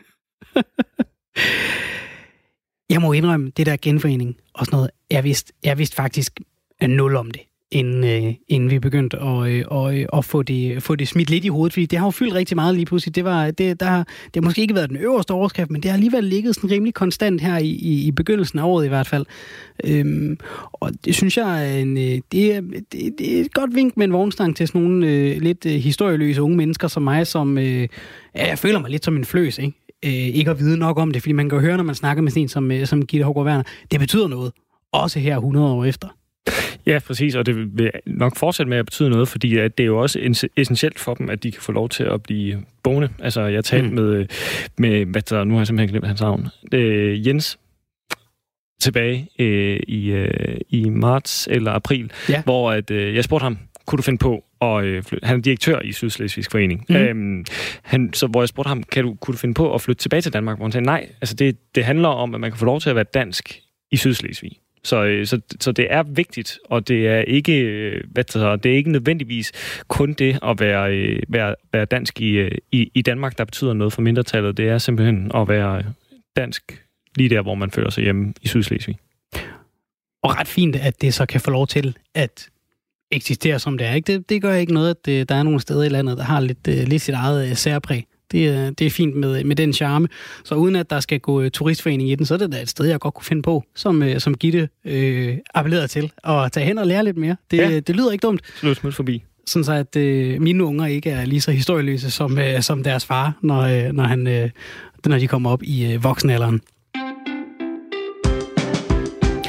Jeg må indrømme, det der genforening og sådan noget, jeg vidste faktisk 0 om det, inden vi begyndte at få det smidt lidt i hovedet, fordi det har jo fyldt rigtig meget lige pludselig. Det har måske ikke været den øverste overskrift, men det har alligevel ligget sådan rimelig konstant her i begyndelsen af året i hvert fald. Og det synes jeg det er et godt vink med en vognstang til sådan nogle lidt historieløse unge mennesker som mig, som jeg føler mig lidt som en fløs, ikke? Ikke at vide nok om det, fordi man kan jo høre, når man snakker med sådan en som Gitte Haugaard Werner, det betyder noget, også her 100 år efter. Ja, præcis, og det vil nok fortsætte med at betyde noget, fordi at det er jo også essentielt for dem, at de kan få lov til at blive boende. Altså, jeg talte med nu har jeg simpelthen glemt hans navn, Jens, tilbage i marts eller april, hvor at, jeg spurgte ham, kunne du finde på, og han er direktør i Sydslesvigsk Forening. Hvor jeg spurgte ham, kunne du finde på at flytte tilbage til Danmark? Hvor han sagde, nej, altså det handler om, at man kan få lov til at være dansk i Sydslesvig. Så det er vigtigt, og det er ikke, det er ikke nødvendigvis kun det at være dansk i Danmark, der betyder noget for mindretallet. Det er simpelthen at være dansk lige der, hvor man føler sig hjemme i Sydslesvig. Og ret fint, at det så kan få lov til at eksistere som det er. Ikke? Det gør ikke noget, at der er nogle steder i landet, der har lidt sit eget særpræg. Det er fint med den charme. Så uden at der skal gå turistforening i den, så er det da et sted, jeg godt kunne finde på, som Gitte appellerede til, at tage hen og lære lidt mere. Det lyder ikke dumt. Smut forbi. Sådan så, at mine unger ikke er lige så historieløse som deres far, når de kommer op i voksenalderen.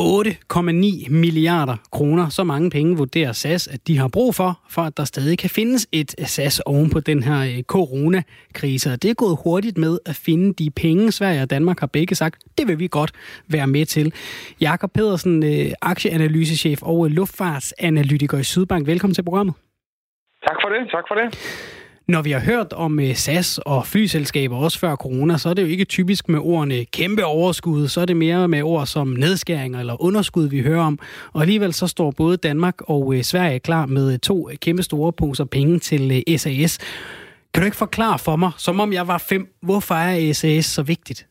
8,9 milliarder kroner. Så mange penge vurderer SAS, at de har brug for at der stadig kan findes et SAS oven på den her coronakrise. Og det er gået hurtigt med at finde de penge. Sverige og Danmark har begge sagt, det vil vi godt være med til. Jakob Pedersen, aktieanalysechef og luftfartsanalytiker i Sydbank. Velkommen til programmet. Tak for det. Når vi har hørt om SAS og flyselskaber også før corona, så er det jo ikke typisk med ordene kæmpe overskud, så er det mere med ord som nedskæringer eller underskud, vi hører om. Og alligevel så står både Danmark og Sverige klar med 2 kæmpe store poser penge til SAS. Kan du ikke forklare for mig, som om jeg var 5, hvorfor er SAS så vigtigt?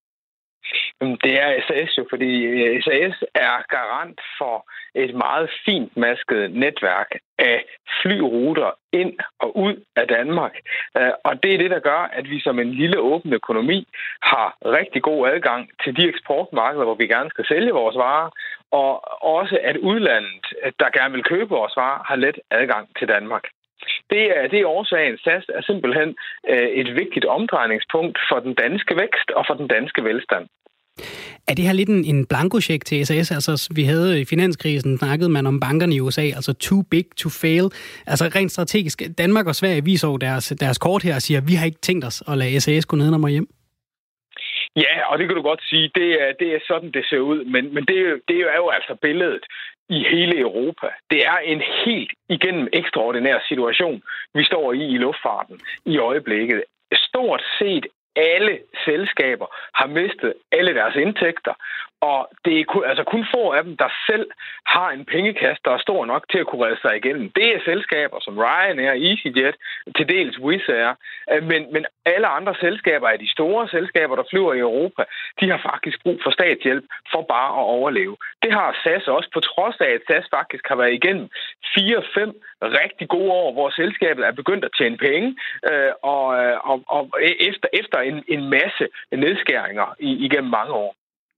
Det er SAS jo, fordi SAS er garant for et meget fint masket netværk af flyruter ind og ud af Danmark. Og det er det, der gør, at vi som en lille åben økonomi har rigtig god adgang til de eksportmarkeder, hvor vi gerne skal sælge vores varer, og også at udlandet, der gerne vil købe vores varer, har let adgang til Danmark. Det er årsagen. SAS er simpelthen et vigtigt omdrejningspunkt for den danske vækst og for den danske velstand. Er det her lidt en blankocheck til SAS? Altså, vi havde i finanskrisen snakket man om bankerne i USA, altså too big to fail. Altså rent strategisk, Danmark og Sverige viser jo deres kort her og siger, vi har ikke tænkt os at lade SAS gå ned og hjem. Ja, og det kan du godt sige. Det er sådan, det ser ud. Men det er jo altså billedet i hele Europa. Det er en helt igennem ekstraordinær situation, vi står i luftfarten i øjeblikket. Stort set alle selskaber har mistet alle deres indtægter, og det er kun få af dem, der selv har en pengekasse, der er stor nok til at kunne redde sig igennem. Det er selskaber som Ryanair, EasyJet, til dels Wizz Air, men alle andre selskaber af de store selskaber, der flyver i Europa, de har faktisk brug for statshjælp for bare at overleve. Det har SAS også, på trods af, at SAS faktisk har været igennem 4-5 rigtig gode år, hvor selskabet er begyndt at tjene penge, og efter en masse nedskæringer igennem mange år.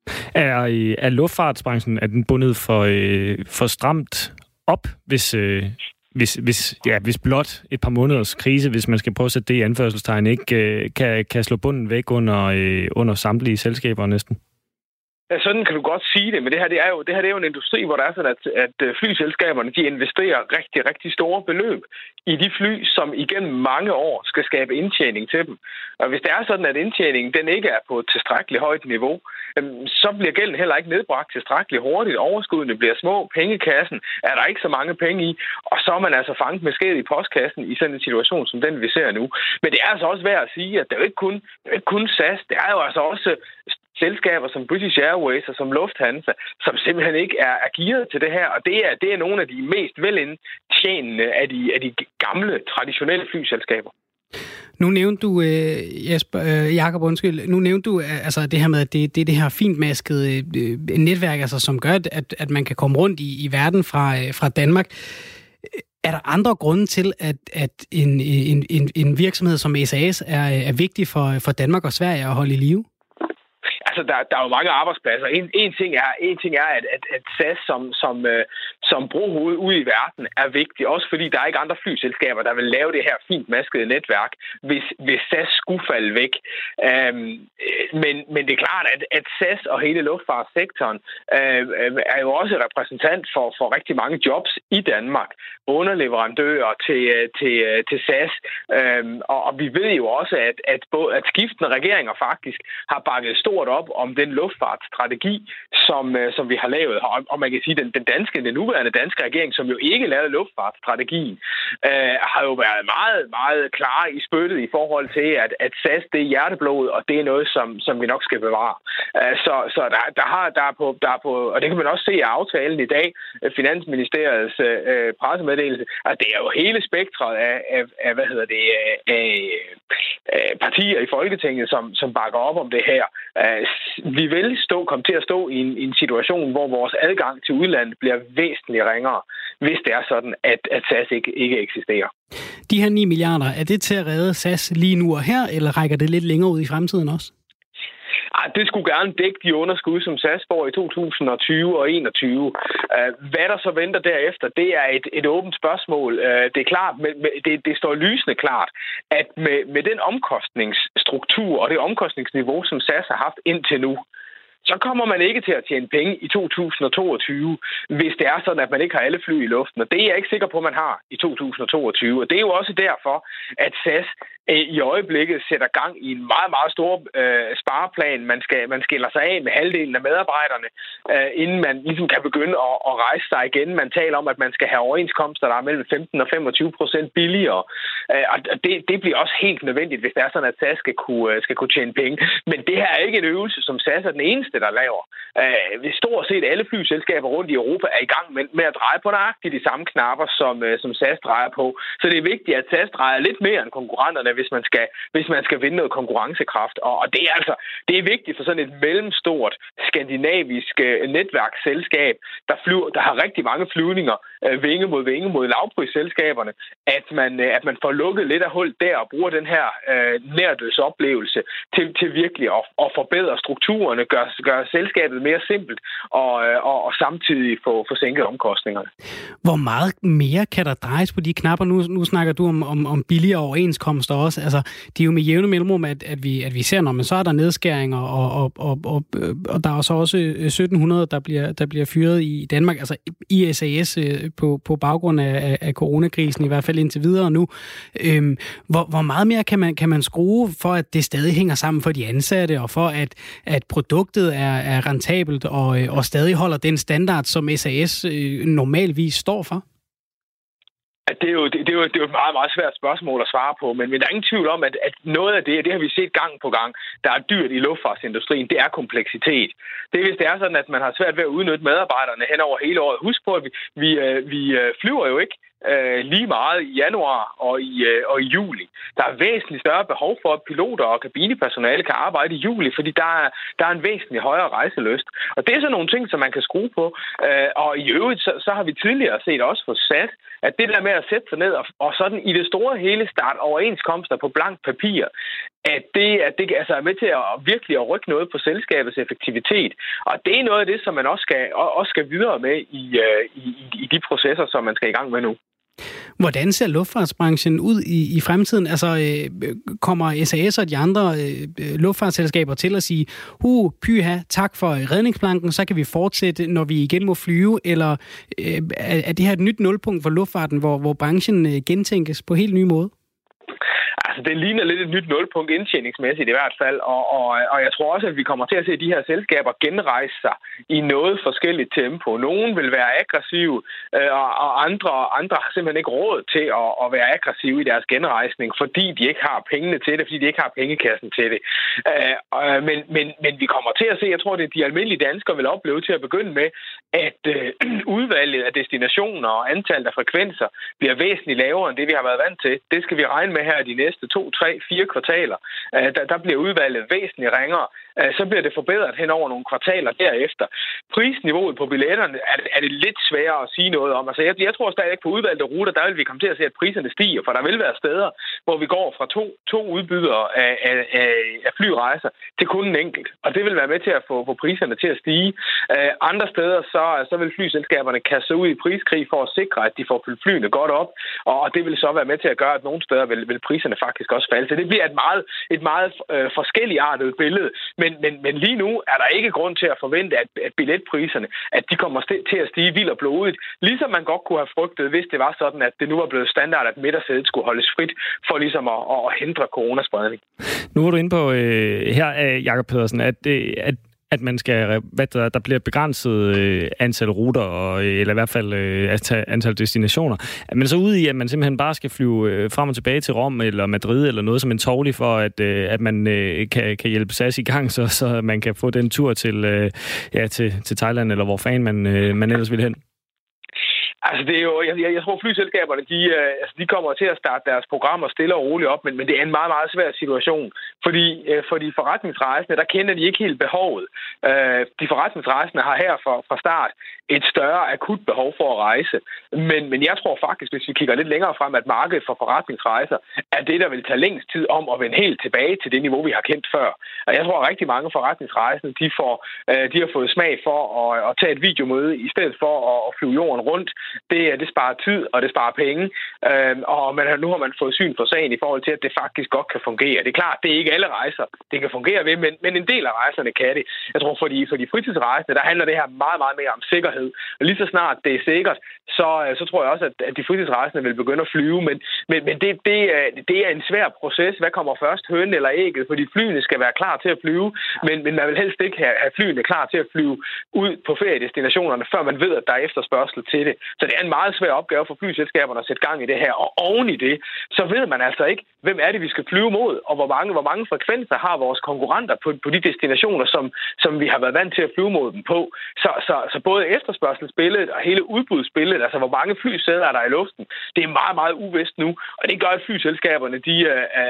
Er luftfartsbranchen, er den bundet for stramt op, hvis blot et par måneders krise, hvis man skal prøve at sætte det i anførselstegn, ikke kan slå bunden væk under samtlige selskaber næsten? Ja, sådan kan du godt sige det, men det her er jo en industri, hvor der er sådan, at flyselskaberne de investerer rigtig, rigtig store beløb i de fly, som igennem mange år skal skabe indtjening til dem. Og hvis det er sådan, at indtjeningen den ikke er på et tilstrækkeligt højt niveau, så bliver gælden heller ikke nedbragt tilstrækkeligt hurtigt. Overskuddene bliver små, pengekassen er der ikke så mange penge i, og så er man altså fanget med skædet i postkassen i sådan en situation, som den vi ser nu. Men det er altså også værd at sige, at det er jo ikke kun SAS, det er jo altså også selskaber som British Airways og som Lufthansa, som simpelthen ikke er gearet til det her, og det er nogle af de mest velindtjenende af de gamle, traditionelle flyselskaber. Nu nævnte du, Jakob, nu nævnte du altså det her med, at det er det her fintmaskede netværk, altså, som gør, at man kan komme rundt i verden fra Danmark. Er der andre grunde til, at en virksomhed som SAS er vigtig for Danmark og Sverige at holde i live? Altså, der er jo mange arbejdspladser. En ting er, at SAS som brohoved ude i verden er vigtig, også fordi der er ikke andre flyselskaber, der vil lave det her fint maskede netværk, hvis SAS skulle falde væk. Men det er klart, at SAS og hele luftfartssektoren er jo også repræsentant for rigtig mange jobs i Danmark. Underleverandører til SAS. Og vi ved jo også, at skiftende regeringer faktisk har bakket stort op om den luftfartsstrategi, som vi har lavet. Og man kan sige, at den nuværende danske regering, som jo ikke lavede luftfartsstrategien, har jo været meget, meget klar i spyttet i forhold til, at SAS, det er hjerteblod, og det er noget, som vi nok skal bevare. Så der er på, og det kan man også se af aftalen i dag, Finansministeriets pressemeddelelse, at det er jo hele spektret af partier i Folketinget, som bakker op om det her. Vi vil komme til at stå i en situation, hvor vores adgang til udlandet bliver væsentligt ringere, hvis det er sådan, at SAS ikke eksisterer. De her 9 milliarder, er det til at redde SAS lige nu og her, eller rækker det lidt længere ud i fremtiden også? Det skulle gerne dække de underskud, som SAS får i 2020 og 2021. Hvad der så venter derefter, det er et åbent spørgsmål. Det er klart, det står lysende klart, at med den omkostningsstruktur og det omkostningsniveau, som SAS har haft indtil nu, så kommer man ikke til at tjene penge i 2022, hvis det er sådan, at man ikke har alle fly i luften. Og det er jeg ikke sikker på, at man har i 2022. Og det er jo også derfor, at SAS i øjeblikket sætter gang i en meget, meget stor spareplan. Man skiller sig af med halvdelen af medarbejderne, inden man ligesom kan begynde at rejse sig igen. Man taler om, at man skal have overenskomster, der er mellem 15 og 25% billigere. Og det bliver også helt nødvendigt, hvis det er sådan, at SAS skal kunne tjene penge. Men det her er ikke en øvelse, som SAS er den eneste, der laver. Stort set alle flyselskaber rundt i Europa er i gang med at dreje på nøjagtigt de samme knapper, som SAS drejer på. Så det er vigtigt, at SAS drejer lidt mere end konkurrenterne, hvis man skal vinde noget konkurrencekraft. Og det er vigtigt for sådan et mellemstort skandinavisk netværksselskab, der har rigtig mange flyvninger vinge mod lavprisselskaberne, at man får lukket lidt af hul der og bruger den her nærdødsoplevelse til virkelig at forbedre strukturerne, gøre selskabet mere simpelt og samtidig få sænket omkostningerne. Hvor meget mere kan der drejes på de knapper? Nu snakker du om billigere overenskomster også. Altså, det er jo med jævne mellemrum, at vi ser, når man så er der nedskæringer, og der er så også 1700, der bliver fyret i Danmark, altså i SAS på baggrund af coronakrisen, i hvert fald indtil videre nu. Hvor meget mere kan man skrue for, at det stadig hænger sammen for de ansatte, og for at produktet er rentabelt og stadig holder den standard, som SAS normalvis står for? Det er jo et meget, meget svært spørgsmål at svare på, men der er ingen tvivl om, at noget af det har vi set gang på gang, der er dyrt i luftfartsindustrien, det er kompleksitet. Det er, hvis det er sådan, at man har svært ved at udnytte medarbejderne hen over hele året. Husk på, at vi flyver jo ikke lige meget i januar og i juli. Der er væsentligt større behov for, at piloter og kabinepersonale kan arbejde i juli, fordi der er en væsentlig højere rejselyst. Og det er så nogle ting, som man kan skrue på. Og i øvrigt, så har vi tidligere set også for SAS, at det der med at sætte sig ned og sådan i det store hele starte overenskomster på blankt papir, at det altså er med til at virkelig at rykke noget på selskabets effektivitet. Og det er noget af det, som man også skal videre med i de processer, som man skal i gang med nu. Hvordan ser luftfartsbranchen ud i fremtiden? Altså, kommer SAS og de andre luftfartsselskaber til at sige, pyha, tak for redningsplanken, så kan vi fortsætte, når vi igen må flyve? Eller er det her et nyt nulpunkt for luftfarten, hvor branchen gentænkes på helt ny måde? Altså, det ligner lidt et nyt nulpunkt indtjeningsmæssigt i hvert fald, og jeg tror også, at vi kommer til at se de her selskaber genrejse sig i noget forskelligt tempo. Nogle vil være aggressive, og andre har simpelthen ikke råd til at være aggressive i deres genrejsning, fordi de ikke har pengene til det, fordi de ikke har pengekassen til det. Men vi kommer til at se, jeg tror, det de almindelige danskere vil opleve til at begynde med, at udvalget af destinationer og antallet af frekvenser bliver væsentligt lavere end det, vi har været vant til. Det skal vi regne med her de næste 2, 3, 4 kvartaler. Der bliver udvalget væsentligt ringere. Så bliver det forbedret hen over nogle kvartaler derefter. Prisniveauet på billetterne er det lidt sværere at sige noget om. Altså, jeg tror stadig på udvalgte ruter, der vil vi komme til at se, at priserne stiger, for der vil være steder, hvor vi går fra to udbydere af flyrejser til kun en enkelt. Og det vil være med til at få priserne til at stige. Andre steder, så vil flyselskaberne kaste ud i priskrig for at sikre, at de får fyldt flyene godt op, og det vil så være med til at gøre, at nogle steder vil priserne faktisk også falde. Så det bliver et meget forskelligartet billede. Men lige nu er der ikke grund til at forvente, at billetpriserne, at de kommer til at stige vildt og blodigt. Ligesom man godt kunne have frygtet, hvis det var sådan, at det nu var blevet standard, at midtersædet skulle holdes frit for ligesom at hindre coronaspredning. Nu var du inde på her, Jakob Pedersen, at man skal, der bliver begrænset antal ruter, eller i hvert fald antal destinationer. Men så ude i, at man simpelthen bare skal flyve frem og tilbage til Rom eller Madrid eller noget som en tårlig for, at man kan hjælpe SAS i gang, så man kan få den tur til Thailand, eller hvor fanden man ellers vil hen. Altså, det er jo, jeg tror, flyselskaberne, de kommer til at starte deres programmer stille og roligt op, men det er en meget, meget svær situation. Fordi for de forretningsrejsende, der kender de ikke helt behovet. De forretningsrejsende har her fra start et større akut behov for at rejse. Men jeg tror faktisk, hvis vi kigger lidt længere frem, at markedet for forretningsrejser er det, der vil tage længst tid om at vende helt tilbage til det niveau, vi har kendt før. Og jeg tror, at rigtig mange forretningsrejsende, de har fået smag for at tage et videomøde i stedet for at flyve jorden rundt. Det sparer tid, og det sparer penge. Og nu har man fået syn for sagen i forhold til, at det faktisk godt kan fungere. Det er klart, det er ikke alle rejser, det kan fungere ved, men en del af rejserne kan det. Jeg tror, for de fritidsrejsende, der handler det her meget, meget mere om sikkerhed. Og lige så snart det er sikkert, så tror jeg også, at de fritidsrejsende vil begynde at flyve. Men det er en svær proces. Hvad kommer først, hønen eller ægget? Fordi flyene skal være klar til at flyve, men man vil helst ikke have flyene klar til at flyve ud på feriedestinationerne, før man ved, at der er efterspørgsel til det. Så det er en meget svær opgave for flyselskaberne at sætte gang i det her. Og oven i det, så ved man altså ikke, hvem er det, vi skal flyve mod, og hvor mange frekvenser har vores konkurrenter på de destinationer, som vi har været vant til at flyve mod dem på. Så både efterspørgselsbilledet og hele udbudsbilledet, altså hvor mange flysæder er der i luften, det er meget, meget uvist nu. Og det gør, at flyselskaberne, de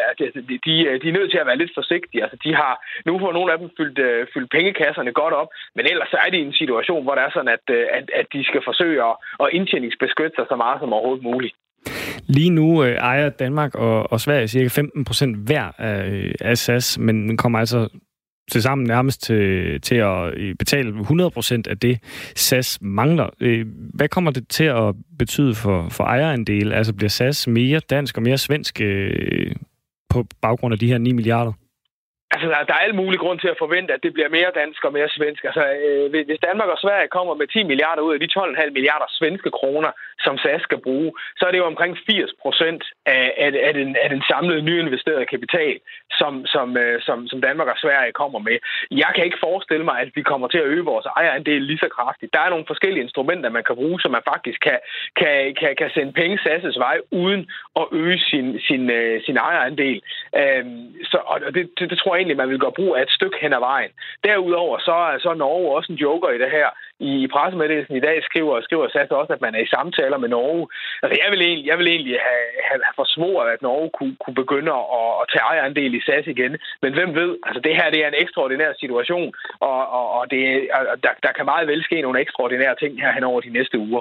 er nødt til at være lidt forsigtige. Altså de har nu for nogle af dem fyldt pengekasserne godt op, men ellers så er det i en situation, hvor det er sådan, at de skal forsøge at indtjeningsbeskytte sig så meget som overhovedet muligt. Lige nu ejer Danmark og Sverige cirka 15% hver af SAS, men kommer altså til sammen nærmest til at betale 100% af det, SAS mangler. Hvad kommer det til at betyde for ejerandel? Altså bliver SAS mere dansk og mere svensk på baggrund af de her 9 milliarder? Altså, der er al mulig grund til at forvente, at det bliver mere dansk og mere svensk. Altså, hvis Danmark og Sverige kommer med 10 milliarder ud af de 12,5 milliarder svenske kroner, som SAS skal bruge, så er det jo omkring 80% af den samlede nyinvesterede kapital, som Danmark og Sverige kommer med. Jeg kan ikke forestille mig, at vi kommer til at øge vores ejerandel lige så kraftigt. Der er nogle forskellige instrumenter, man kan bruge, så man faktisk kan sende penge SAS' vej, uden at øge sin ejerandel. Og det tror jeg egentlig, man vil gøre brug af et stykke hen ad vejen. Derudover så er Norge også en joker i det her. I pressemeddelelsen i dag skriver SAS også, at man er i samtaler med Norge. Altså, jeg vil egentlig have forsvoret, at Norge kunne begynde at tage ejerandel i SAS igen. Men hvem ved? Altså, det her det er en ekstraordinær situation, og der kan meget vel ske nogle ekstraordinære ting her hen over de næste uger.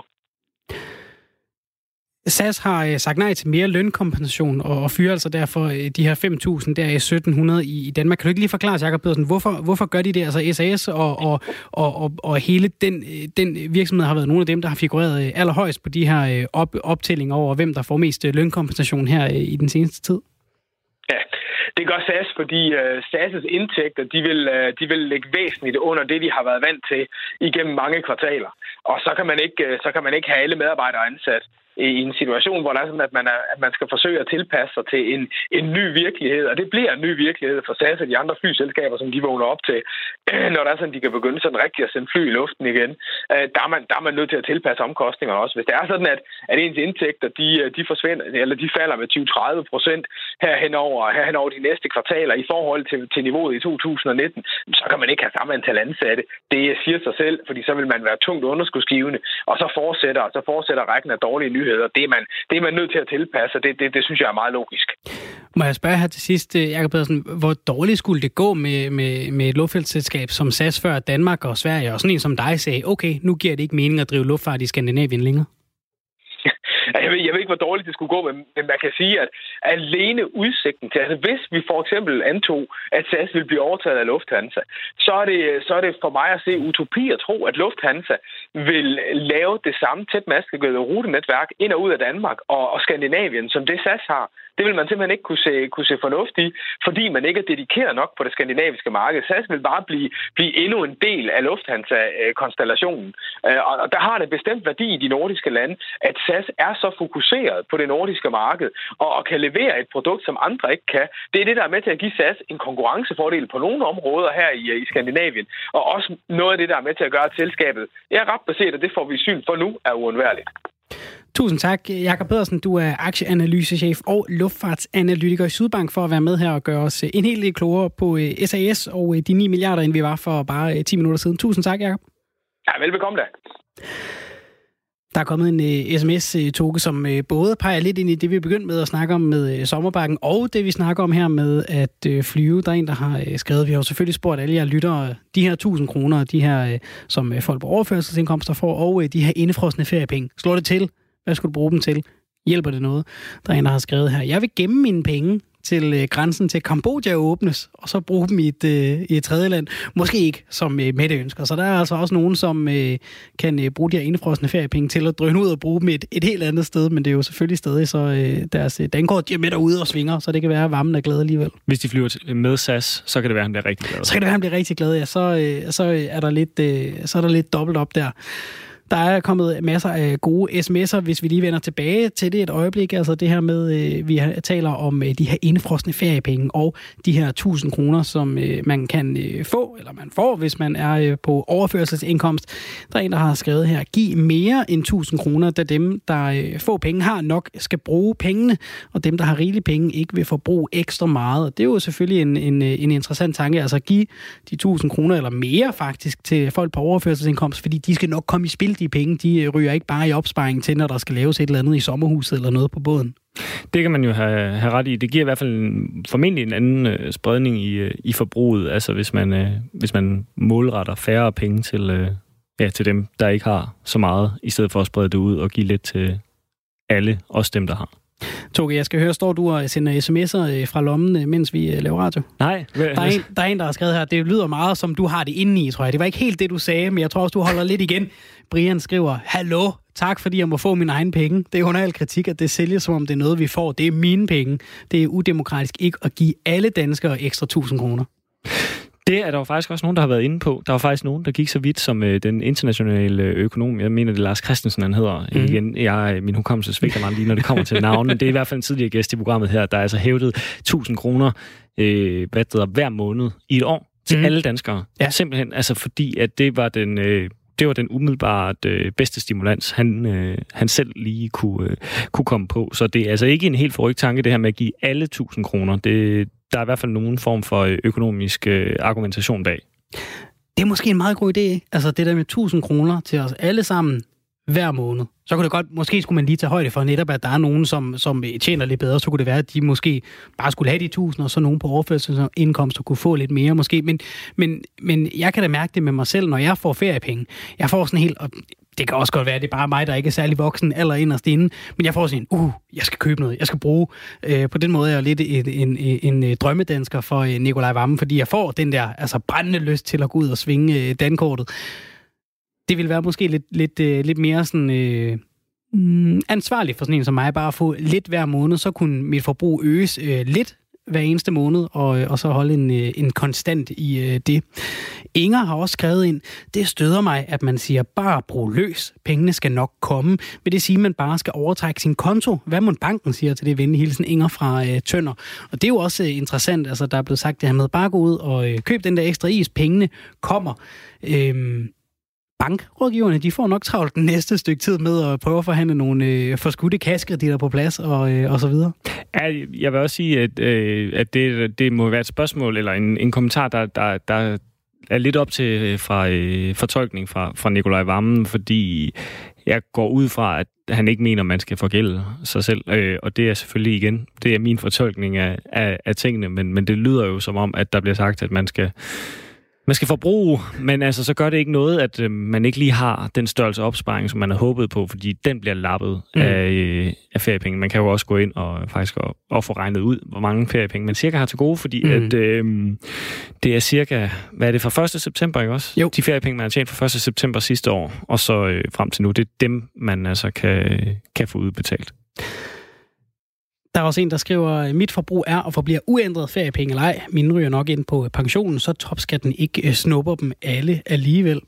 SAS har sagt nej til mere lønkompensation og fyrer altså derfor de her 5.000 der i 1.700 i Danmark. Kan du ikke lige forklare, Jakob Pedersen, hvorfor gør de det? Altså SAS og hele den virksomhed har været nogle af dem, der har figureret allerhøjst på de her optællinger over, hvem der får mest lønkompensation her i den seneste tid. Ja, det gør SAS, fordi SAS' indtægter, de vil ligge væsentligt under det, de har været vant til igennem mange kvartaler. Og så kan man ikke have alle medarbejdere ansat i en situation, hvor der er sådan, at man skal forsøge at tilpasse sig til en ny virkelighed. Og det bliver en ny virkelighed for SAS og de andre flyselskaber, som de vågner op til, når der er sådan, de kan begynde sådan rigtigt at sende fly i luften igen. Der er man nødt til at tilpasse omkostningerne også. Hvis det er sådan, at ens indtægter, de forsvinder, eller de falder med 20-30% herhen over de næste kvartaler i forhold til niveauet i 2019, så kan man ikke have samme antal ansatte. Det siger sig selv, fordi så vil man være tungt underskudsgivende, og så fortsætter rækken af dårlige nyheder. Det er man nødt til at tilpasse, og det synes jeg er meget logisk. Må jeg spørge her til sidst, Jakob Pedersen, hvor dårligt skulle det gå med et luftfartsselskab som SAS, før Danmark og Sverige, og sådan en som dig sagde, okay, nu giver det ikke mening at drive luftfart i Skandinavien længere? Jeg ved ikke, hvor dårligt det skulle gå, men man kan sige, at alene udsigten til, altså hvis vi for eksempel antog, at SAS vil blive overtaget af Lufthansa, så er det for mig at se utopi at tro, at Lufthansa vil lave det samme tætmaskede rutenetværk ind og ud af Danmark og Skandinavien, som det SAS har. Det vil man simpelthen ikke kunne se fornuft i, fordi man ikke er dedikeret nok på det skandinaviske marked. SAS vil bare blive endnu en del af Lufthansa-konstellationen. Og der har det bestemt værdi i de nordiske lande, at SAS er så fokuseret på det nordiske marked og kan levere et produkt, som andre ikke kan. Det er det, der er med til at give SAS en konkurrencefordel på nogle områder her i Skandinavien, og også noget af det, der er med til at gøre, at selskabet er ret baseret, og det får vi syn for nu, er uundværligt. Tusind tak, Jakob Pedersen. Du er aktieanalysechef og luftfartsanalytiker i Sydbank for at være med her og gøre os en hel del klogere på SAS og de 9 milliarder, end vi var for bare 10 minutter siden. Tusind tak, Jakob. Ja, velbekomme da. Der er kommet en sms-toke, som både peger lidt ind i det, vi begyndte med at snakke om med sommerbakken, og det, vi snakker om her med at flyve. Der er en, der har skrevet, vi har jo selvfølgelig spurgt alle jer lyttere, de her 1.000 kroner, de her, som folk på overførselsindkomster får, og de her indefrosne feriepenge. Slår det til? Hvad skulle du bruge dem til? Hjælper det noget? Der er en, der har skrevet her, jeg vil gemme mine penge til grænsen til Kambodja åbnes, og så bruge dem i et tredje land. Måske ikke, som Mette ønsker. Så der er altså også nogen, som kan bruge de her indefrosne feriepenge til at drøne ud og bruge dem et helt andet sted, men det er jo selvfølgelig stadig så deres dankort, de er med derude og svinger, så det kan være, at varmen er glad alligevel. Hvis de flyver med SAS, så kan det være, at han bliver rigtig glad. Så kan det være, at han bliver rigtig glad, ja. Så er der lidt dobbelt op der. Der er kommet masser af gode sms'er, hvis vi lige vender tilbage til det et øjeblik. Altså det her med, vi taler om de her indefrosne feriepenge og de her 1.000 kroner, som man kan få, eller man får, hvis man er på overførselsindkomst. Der er en, der har skrevet her, giv mere end 1.000 kroner, da dem, der få penge har nok, skal bruge pengene, og dem, der har rigelige penge, ikke vil forbruge ekstra meget. Og det er jo selvfølgelig en interessant tanke, altså give de 1.000 kroner eller mere faktisk til folk på overførselsindkomst, fordi de skal nok komme i spil. De penge, de ryger ikke bare i opsparingen til, når der skal laves et eller andet i sommerhuset eller noget på båden. Det kan man jo have ret i. Det giver i hvert fald formentlig en anden spredning i forbruget, altså hvis man målretter færre penge til dem, der ikke har så meget, i stedet for at sprede det ud og give lidt til alle, også dem, der har. Toge, jeg skal høre, står du og sender sms'er fra lommen, mens vi laver radio? Nej. Der er en, der har skrevet her, det lyder meget, som du har det indeni, tror jeg. Det var ikke helt det, du sagde, men jeg tror også, du holder lidt igen. Brian skriver, hallo, tak fordi jeg må få mine egne penge. Det er under al kritik, at det sælges, som om det er noget, vi får. Det er mine penge. Det er udemokratisk ikke at give alle danskere ekstra 1.000 kroner. Det er der jo faktisk også nogen, der har været inde på. Der var faktisk nogen, der gik så vidt som den internationale økonom. Jeg mener, det er Lars Christensen, han hedder. Igen, min hukommelse svigter mig lige, når det kommer til navnene. Det er i hvert fald en tidligere gæst i programmet her, der er altså hævdet 1.000 kroner hver måned i et år til alle danskere. Ja. Simpelthen, altså fordi, at det var den umiddelbart bedste stimulans, han selv lige kunne komme på. Så det er altså ikke en helt forrygt tanke, det her med at give alle 1.000 kroner. Der er i hvert fald nogen form for økonomisk argumentation bag. Det er måske en meget god idé, altså det der med 1.000 kroner til os alle sammen hver måned. Så kunne det godt, måske skulle man lige tage højde for netop, at der er nogen, som tjener lidt bedre. Så kunne det være, at de måske bare skulle have de 1.000, og så nogen på overførselsindkomster kunne få lidt mere måske. Men jeg kan da mærke det med mig selv, når jeg får feriepenge. Jeg får sådan helt... Det kan også godt være, at det er bare mig, der ikke er særlig voksen eller inderst inde. Men jeg får sådan jeg skal købe noget, jeg skal bruge. På den måde er jeg lidt en drømmedansker for Nikolaj Wammen, fordi jeg får den der brændende lyst til at gå ud og svinge dankortet. Det vil være måske lidt mere sådan ansvarligt for sådan en som mig, bare at få lidt hver måned, så kunne mit forbrug øges lidt hver eneste måned, og så holde en konstant i det. Inger har også skrevet ind, det støder mig, at man siger, bare brug løs, pengene skal nok komme. Vil det sige, at man bare skal overtrække sin konto? Hvad må banken siger til det? Venlig hilsen Inger fra Tønder. Og det er jo også interessant, altså der er blevet sagt det her med, bare gå ud og køb den der ekstra is, pengene kommer. Bankrådgiverne, de får nok travlt den næste stykke tid med at prøve at forhandle nogle forskudte kassekreditter på plads og så videre. Ja, jeg vil også sige, at det må være et spørgsmål eller en kommentar, der er lidt op til fra fortolkning fra Nikolaj Wammen, fordi jeg går ud fra, at han ikke mener, at man skal forgælde sig selv. Og det er selvfølgelig igen, det er min fortolkning af tingene, men det lyder jo som om, at der bliver sagt, at man skal forbruge, men altså, så gør det ikke noget, at man ikke lige har den størrelse opsparing, som man havde håbet på, fordi den bliver lappet af feriepenge. Man kan jo også gå ind og faktisk og få regnet ud, hvor mange feriepenge man cirka har til gode, fordi at, det er cirka, hvad er det, fra 1. september, ikke også? Jo. De feriepenge, man har tjent fra 1. september sidste år, og så frem til nu, det er dem, man altså kan få udbetalt. Der er også en, der skriver, mit forbrug er og forbliver uændret feriepenge eller ej. Mine ryger nok ind på pensionen, så topskatten ikke snupper dem alle alligevel.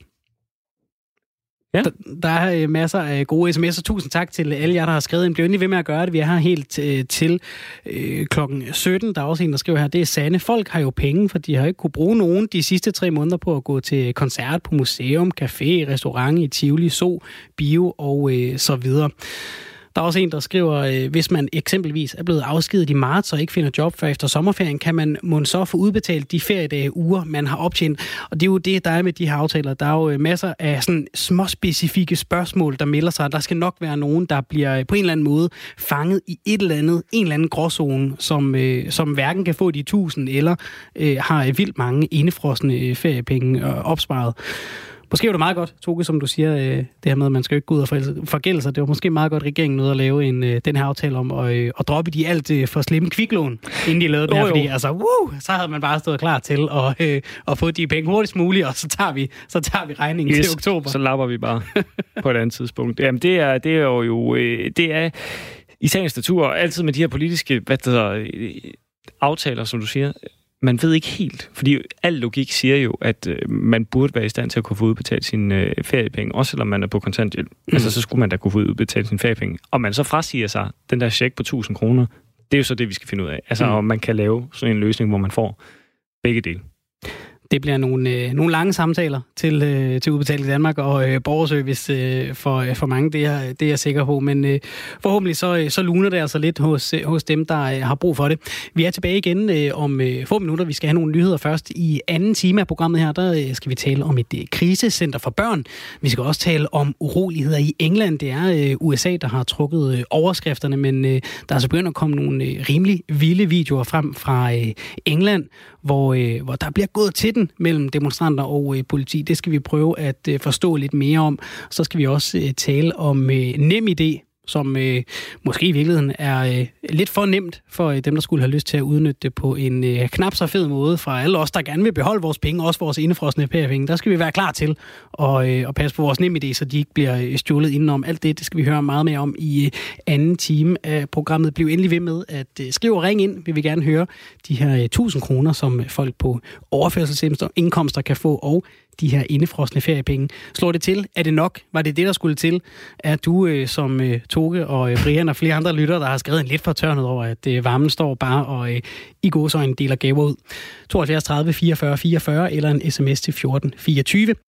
Ja. Der er masser af gode sms'er. Tusind tak til alle jer, der har skrevet. Bliv endelig ved med at gøre det. Vi er her helt til klokken 17. Der er også en, der skriver her, det er sande. Folk har jo penge, for de har ikke kunne bruge nogen de sidste 3 måneder på at gå til koncert, på museum, café, restaurant, i Tivoli, Zoo, bio og så videre. Der er også en, der skriver, hvis man eksempelvis er blevet afskediget i marts og ikke finder job før efter sommerferien, kan man så få udbetalt de feriedage uger, man har optjent. Og det er jo det, der er med de her aftaler. Der er jo masser af sådan småspecifikke spørgsmål, der melder sig. Der skal nok være nogen, der bliver på en eller anden måde fanget i en eller anden gråzone, som hverken kan få de 1.000 eller har vildt mange indefrosne feriepenge opsparet. Måske var det meget godt, Toge, som du siger, det her med, at man skal ikke gå ud og forgælde sig. Det var måske meget godt, regeringen nåede at lave den her aftale om at droppe de alt for slemme kviklån, inden de lavede det her. Fordi altså, så havde man bare stået klar til at få de penge hurtigst muligt, og så tager vi regningen til oktober. Så lapper vi bare på et andet tidspunkt. Jamen, det er i sagens natur altid med de her politiske aftaler, som du siger. Man ved ikke helt, fordi al logik siger jo, at man burde være i stand til at kunne få udbetalt sine feriepenge, også selvom man er på kontanthjælp. Altså, så skulle man da kunne få udbetalt sine feriepenge. Og man så frasiger sig den der check på 1.000 kroner, det er jo så det, vi skal finde ud af. Altså, om man kan lave sådan en løsning, hvor man får begge dele. Det bliver nogle lange samtaler til Udbetaling Danmark og borgerservice for mange, det er jeg sikker på. Men forhåbentlig så luner det altså lidt hos dem, der har brug for det. Vi er tilbage igen om få minutter. Vi skal have nogle nyheder først. I anden time af programmet her, der skal vi tale om et krisecenter for børn. Vi skal også tale om uroligheder i England. Det er USA, der har trukket overskrifterne, men der er altså begyndt at komme nogle rimelig vilde videoer frem fra England, hvor der bliver gået til den mellem demonstranter og politi. Det skal vi prøve at forstå lidt mere om. Så skal vi også tale om NemID, som måske i virkeligheden er lidt for nemt for dem, der skulle have lyst til at udnytte det på en knap så fed måde fra alle os, der gerne vil beholde vores penge, også vores indefrosne feriepenge. Der skal vi være klar til at passe på vores NemID, så de ikke bliver stjålet indenom. Alt det skal vi høre meget mere om i anden time af programmet. Bliv endelig ved med at skrive og ringe ind. Vi vil gerne høre de her 1.000 kroner, som folk på overførselsindkomster kan få, og de her indefrosne feriepenge. Slår det til? Er det nok? Var det det, der skulle til? Er du som Toge og Brian og flere andre lyttere, der har skrevet en lidt fortørnet over, at varmen står bare og i gåseøjne deler gaver ud? 72 30 44 44 eller en sms til 14 24.